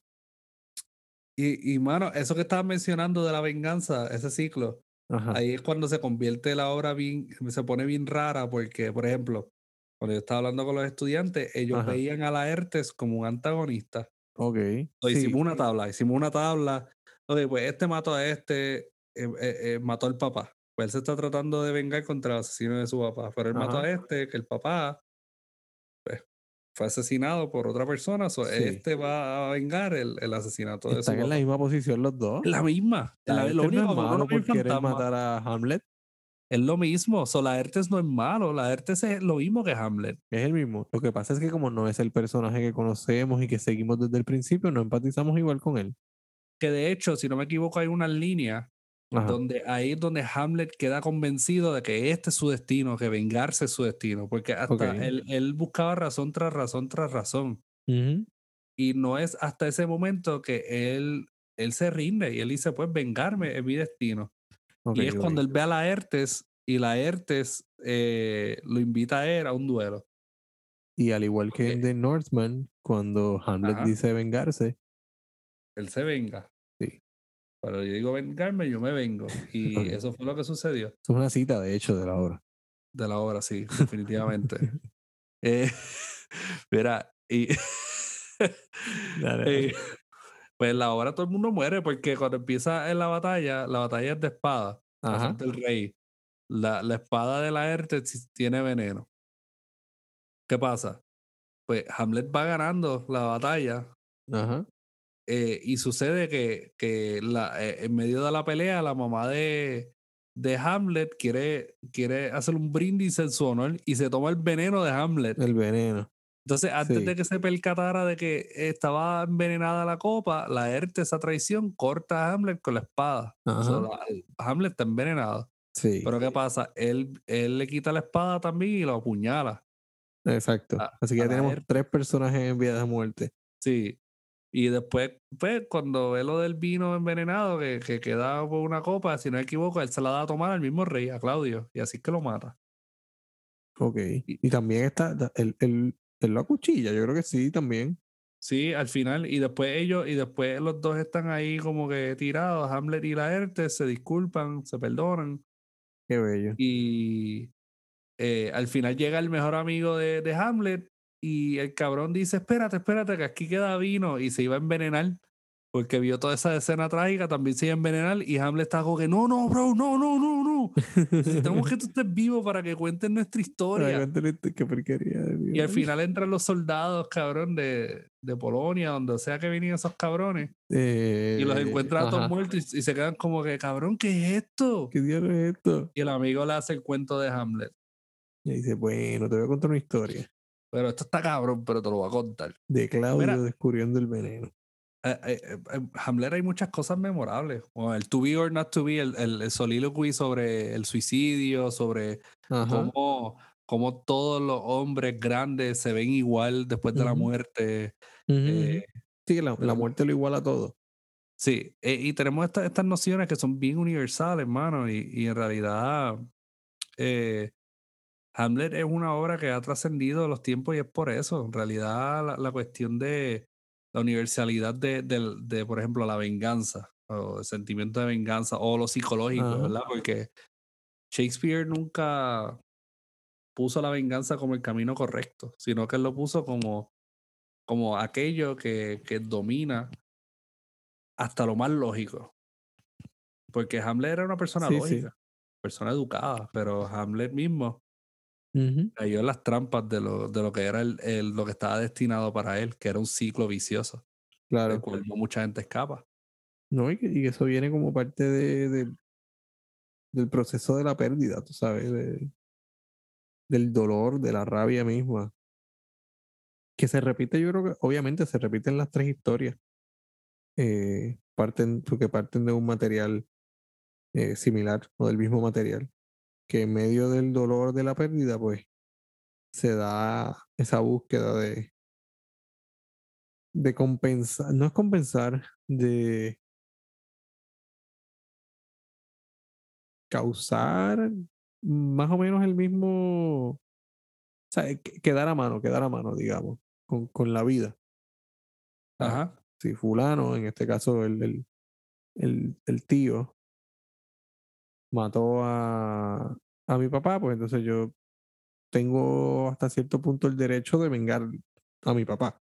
S1: Mano, eso que estabas mencionando de la venganza, ese ciclo,
S2: Ajá,
S1: ahí es cuando se convierte la obra bien, se pone bien rara, porque, por ejemplo, cuando yo estaba hablando con los estudiantes, ellos
S2: ajá.
S1: veían a Laertes como un antagonista.
S2: Ok,
S1: O
S2: sí,
S1: hicimos una tabla. Oye, pues este mató a este, mató al papá. Pues él se está tratando de vengar contra el asesino de su papá. Pero él mató
S2: ajá,
S1: a este, que el papá pues, fue asesinado por otra persona.
S2: sí.
S1: Este va a vengar el asesinato de su
S2: Están en la
S1: papá.
S2: misma posición los dos.
S1: Es la misma. Lo
S2: Laertes no es
S1: único que uno no
S2: malo
S1: ve un
S2: por querer
S1: fantasma.
S2: matar a Hamlet,
S1: Es lo mismo. Laertes no es malo. Laertes es lo mismo que Hamlet.
S2: es el mismo. Lo que pasa es que como no es el personaje que conocemos y que seguimos desde el principio, no empatizamos igual con él.
S1: Que de hecho, si no me equivoco, hay una línea
S2: Ajá,
S1: donde ahí es donde Hamlet queda convencido de que este es su destino, que vengarse es su destino, porque hasta
S2: ok.
S1: él buscaba razón tras razón tras razón.
S2: Ujú,
S1: Y no es hasta ese momento que él se rinde y él dice, pues vengarme es mi destino.
S2: ok,
S1: Y es cuando
S2: ok.
S1: él ve a Laertes y Laertes lo invita a él a un duelo.
S2: Y al igual que en
S1: Porque,
S2: The Northman, cuando Hamlet
S1: ajá,
S2: dice vengarse,
S1: él se venga.
S2: sí,
S1: Pero yo digo vengarme, yo me vengo. Y
S2: ok.
S1: eso fue lo que sucedió
S2: Es una cita, de hecho, de la obra.
S1: de la obra, sí, definitivamente. Eh, mira, y
S2: Dale,
S1: eh,
S2: dale.
S1: pues la obra todo el mundo muere porque cuando empieza en la batalla es de espada, a
S2: Ajá,
S1: falta del rey. La espada de Laertes tiene veneno. ¿Qué pasa? Pues Hamlet va ganando la batalla
S2: ajá.
S1: y sucede que en medio de la pelea la mamá de Hamlet quiere hacer un brindis en su honor y se toma el veneno de Hamlet.
S2: El veneno.
S1: Entonces, antes de
S2: Sí.
S1: que se percatara de que estaba envenenada la copa, Laertes, esa traición, corta a Hamlet con la espada.
S2: Ajá.
S1: Hamlet está envenenado.
S2: Sí.
S1: Pero ¿qué pasa? Él le quita la espada también y lo apuñala
S2: Exacto. Así que
S1: a
S2: ya tenemos
S1: Laertes.
S2: tres personajes en vía de muerte.
S1: Sí. Y después, pues, cuando ve lo del vino envenenado que queda por una copa, si no me equivoco, él se la da a tomar al mismo rey, a Claudio, y así es que lo mata.
S2: Ok.
S1: Y,
S2: Y también está, él lo acuchilla, yo creo que sí, también.
S1: sí, al final, y después los dos están ahí como que tirados, Hamlet y Laertes, se disculpan, se perdonan,
S2: Qué bello.
S1: y al final llega el mejor amigo de Hamlet, y el cabrón dice, espérate, que aquí queda vino, y se iba a envenenar, porque vio toda esa escena trágica, también se iba a envenenar, y Hamlet está como que, no, bro, no, necesitamos que tú estés vivo para que cuentes nuestra
S2: Ay,
S1: historia.
S2: cuéntale qué porquería de
S1: Y al
S2: final.
S1: final entran los soldados, cabrón, de Polonia, donde sea que venían esos cabrones. Y los encuentra a todos
S2: Ajá.
S1: muertos y se quedan como que, cabrón, ¿qué es esto?
S2: ¿Qué diablo es esto?
S1: Y el amigo le hace el cuento de Hamlet.
S2: Y dice, bueno, te voy a contar una historia
S1: Pero esto está cabrón, pero te lo voy a contar.
S2: de Claudio
S1: Mira,
S2: descubriendo el veneno.
S1: Hamlet hay muchas cosas memorables. Como el To Be or Not To Be, el soliloquy sobre el suicidio, sobre
S2: Ajá.
S1: cómo todos los hombres grandes se ven igual después de la
S2: Ujú,
S1: muerte.
S2: ujú,
S1: Eh,
S2: ujú. Sí, que la
S1: tenemos,
S2: muerte lo iguala todo.
S1: sí, y tenemos estas nociones que son bien universales, hermano, y en realidad eh, Hamlet es una obra que ha trascendido los tiempos y es por eso. En realidad, la cuestión de la universalidad por ejemplo, la venganza o el sentimiento de venganza o lo psicológico,
S2: Ajá.
S1: ¿verdad? Porque Shakespeare nunca puso la venganza como el camino correcto, sino que él lo puso como aquello que domina hasta lo más lógico. Porque Hamlet era una persona
S2: Sí, sí.
S1: lógica, persona educada, pero Hamlet mismo
S2: Ujú,
S1: cayó en las trampas de lo que era lo que estaba destinado para él, que era un ciclo vicioso, del
S2: claro.
S1: cual no mucha gente escapa.
S2: No, y que eso viene como parte del proceso de la pérdida, tú sabes, del dolor, de la rabia misma. Que se repite, yo creo que obviamente se repiten las tres historias. Porque parten de un material similar o del mismo material. Que en medio del dolor de la pérdida, pues se da esa búsqueda de compensar, no es compensar, de causar más o menos el mismo, o sea, quedar a mano, digamos, con la vida. ¿Sabes?
S1: Ajá.
S2: Si fulano, en este caso el tío, mató a mi papá, pues entonces yo tengo hasta cierto punto el derecho de vengar a mi papá.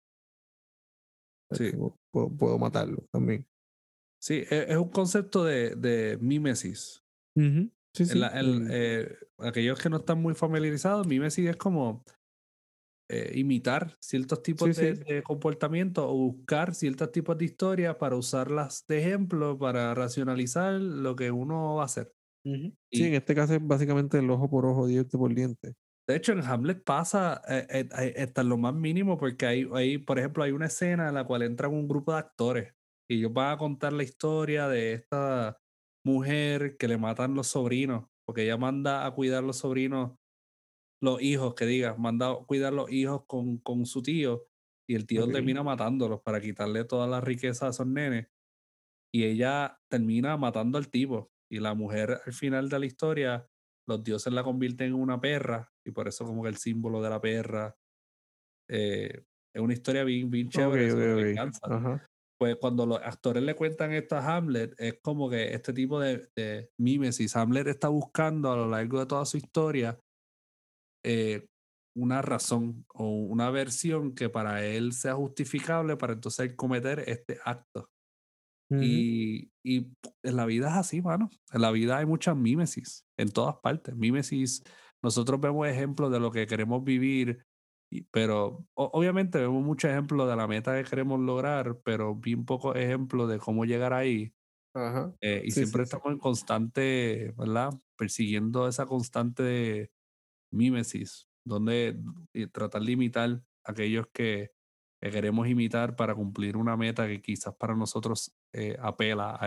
S1: Sí.
S2: Puedo matarlo también.
S1: Sí, es un concepto de mímesis.
S2: Ujú, sí, sí.
S1: Aquellos que no están muy familiarizados, mímesis es como imitar ciertos tipos
S2: Sí, sí.
S1: de comportamientos o buscar ciertos tipos de historias para usarlas de ejemplo para racionalizar lo que uno va a hacer.
S2: Ujú. Sí, en
S1: Y
S2: este caso es básicamente el ojo por ojo, diente por diente.
S1: de hecho en Hamlet pasa hasta en lo más mínimo porque por ejemplo, hay una escena en la cual entran un grupo de actores y ellos van a contar la historia de esta mujer que le matan los sobrinos porque ella manda a cuidar los sobrinos, los hijos, que diga, manda a cuidar los hijos con su tío y el tío
S2: Ok.
S1: termina matándolos para quitarle toda la riqueza a esos nenes y ella termina matando al tipo y la mujer al final de la historia, los dioses la convierten en una perra y por eso como que el símbolo de la perra es una historia bien, bien
S2: Ok,
S1: chévere
S2: ok,
S1: sobre
S2: ok.
S1: venganza.
S2: Ajá.
S1: Pues cuando los actores le cuentan esto a Hamlet, es como que este tipo de mímesis, Hamlet está buscando a lo largo de toda su historia eh, una razón o una versión que para él sea justificable para entonces él cometer este acto.
S2: Ujú.
S1: Y en la vida es así, mano. En la vida hay muchas mímesis, en todas partes. Mímesis, nosotros vemos ejemplos de lo que queremos vivir, pero obviamente vemos muchos ejemplos de la meta que queremos lograr, pero bien pocos ejemplos de cómo llegar ahí.
S2: Ajá.
S1: Y
S2: Sí,
S1: siempre
S2: sí, sí.
S1: estamos en constante, ¿verdad? Persiguiendo esa constante mímesis, donde tratar de imitar aquellos que queremos imitar para cumplir una meta que quizás para nosotros apela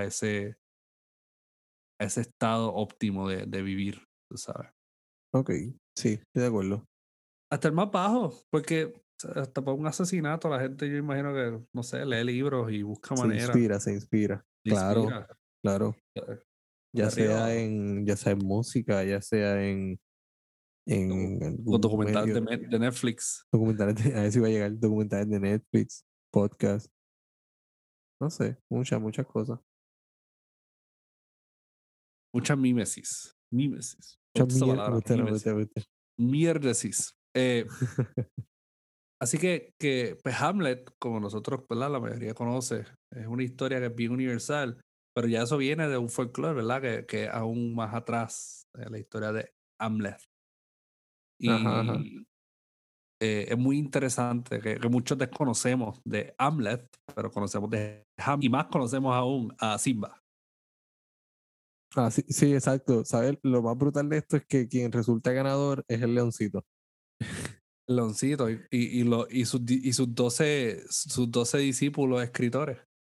S1: a ese estado óptimo de vivir, tú sabes.
S2: Ok. Sí, estoy de acuerdo.
S1: Hasta el más bajo, porque hasta para un asesinato la gente yo imagino que, no sé, lee libros y busca
S2: Se
S1: maneras,
S2: inspira, se inspira.
S1: se
S2: Claro,
S1: inspira.
S2: claro.
S1: eh, De
S2: Ya
S1: arriba
S2: sea
S1: abajo.
S2: en, ya sea en música, ya sea en
S1: Los
S2: algún
S1: documentales
S2: medio,
S1: de Netflix,
S2: documentales a ver si va a llegar, documentales de Netflix, podcast, no sé, muchas cosas.
S1: mucha mímesis. Mímesis. Me
S2: Muchas
S1: gusta esa palabra,
S2: me
S1: mímesis.
S2: gusta, me gusta.
S1: Mierdesis. Así que pues Hamlet, como nosotros, ¿verdad? La mayoría conoce, es una historia que es bien universal, pero ya eso viene de un folclore, ¿verdad? Que aún más atrás, de la historia de Hamlet.
S2: Ajá, ajá.
S1: Y es muy interesante que muchos desconocemos de Hamlet, pero conocemos de Ham y más conocemos aún a Simba,
S2: Ah, sí, sí, exacto. ¿Sabes? Lo más brutal de esto es que quien resulta ganador es el leoncito.
S1: el Leoncito y sus 12 discípulos escritores.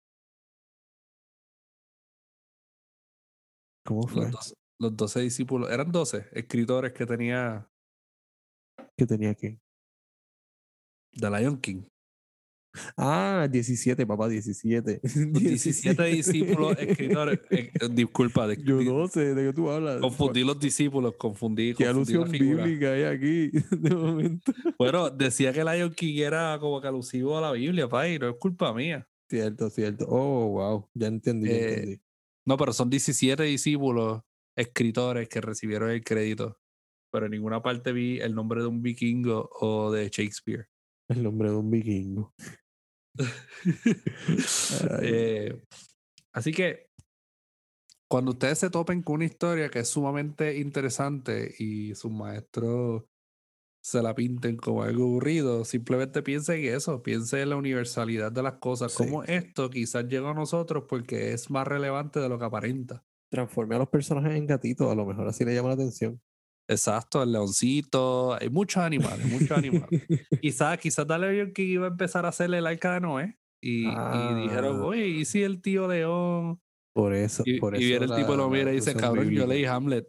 S2: ¿Cómo fue?
S1: Los 12 discípulos, eran 12 escritores que tenía
S2: Que tenía que.
S1: The Lion King.
S2: Ah, 17 papá, 17
S1: Los 17 discípulos
S2: 17.
S1: escritores, disculpa,
S2: Yo no sé de qué tú hablas.
S1: confundí los discípulos,
S2: ¿Qué
S1: confundí la
S2: alusión
S1: figura.
S2: bíblica hay aquí de momento?
S1: Bueno, decía que Lion King era como que alusivo a la Biblia, y no es culpa mía.
S2: Cierto, cierto. Oh, wow. Ya entendí, ya
S1: Eh,
S2: entendí.
S1: no, pero son 17 discípulos escritores que recibieron el crédito. pero en ninguna parte vi el nombre de un vikingo o de Shakespeare.
S2: El nombre de un vikingo. Ay,
S1: Así que cuando ustedes se topen con una historia que es sumamente interesante y sus maestros se la pinten como algo aburrido, simplemente piensen en eso, piensen en la universalidad de las cosas,
S2: Sí.
S1: como esto quizás llegó a nosotros porque es más relevante de lo que aparenta.
S2: transforme a los personajes en gatitos, a lo mejor así le llama la atención.
S1: Exacto, el leoncito, hay muchos animales, muchos animales. Quizás Dale que iba a empezar a hacerle el arca de Noé y dijeron,
S2: Ah,
S1: oye, ¿y si el tío león?
S2: por eso
S1: Y viene el tipo y lo
S2: la
S1: mira y dice,
S2: alusión
S1: cabrón, yo leí
S2: bíblica.
S1: Hamlet.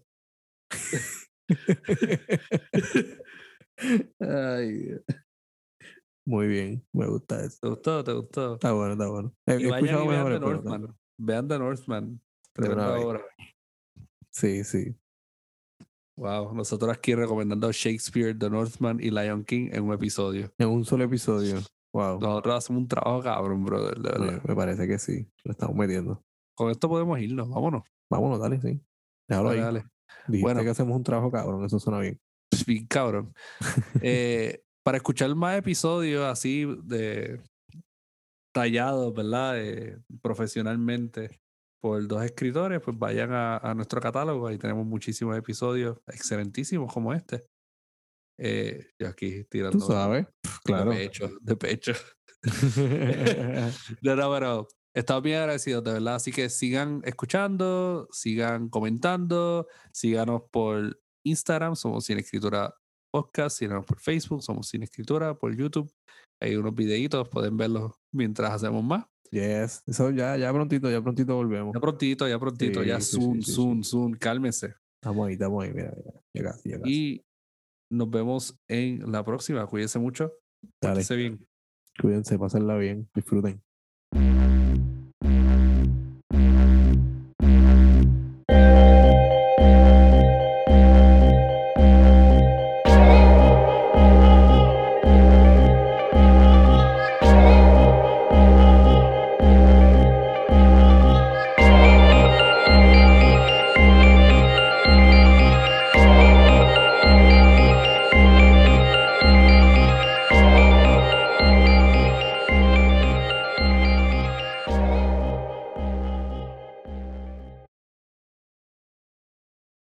S2: Ay, Dios. Muy bien, me gusta eso.
S1: ¿Te gustó? ¿Te gustó?
S2: Está bueno, está bueno.
S1: Y
S2: He
S1: vayan
S2: escuchado
S1: y vean The
S2: mejores, pero está
S1: Northman. Vean The Northman.
S2: de una
S1: Tremenda
S2: vez.
S1: obra.
S2: Sí, sí.
S1: Wow, nosotros aquí recomendando Shakespeare, The Northman y Lion King en un episodio.
S2: En un solo episodio. Wow.
S1: Nosotros hacemos un trabajo cabrón, brother, de verdad.
S2: Me parece que sí. Lo estamos metiendo.
S1: Con esto podemos irnos, vámonos.
S2: Vámonos, dale, sí. Déjalo
S1: Dale,
S2: ahí.
S1: dale.
S2: Dijiste
S1: Bueno,
S2: que hacemos un trabajo cabrón, eso suena bien.
S1: pues, bien cabrón. Para escuchar más episodios así de tallados, ¿verdad? Profesionalmente por dos escritores, pues vayan a nuestro catálogo. Ahí tenemos muchísimos episodios excelentísimos como este. Yo aquí
S2: Tú
S1: tirando
S2: sabes, claro.
S1: de pecho. No, pero estamos bien agradecidos, de verdad. Así que sigan escuchando, sigan comentando, síganos por Instagram, somos Sin Escritura Podcast, síganos por Facebook, somos Sin Escritura, por YouTube. Hay unos videitos, pueden verlos mientras hacemos más.
S2: Yes. Eso ya prontito volvemos.
S1: Ya prontito, ya
S2: Sí.
S1: soon, cálmense.
S2: Estamos ahí, mira. Ya casi.
S1: Y nos vemos en la próxima. Cuídense mucho,
S2: Dale,
S1: pórtense bien.
S2: cuídense, pásenla bien, disfruten.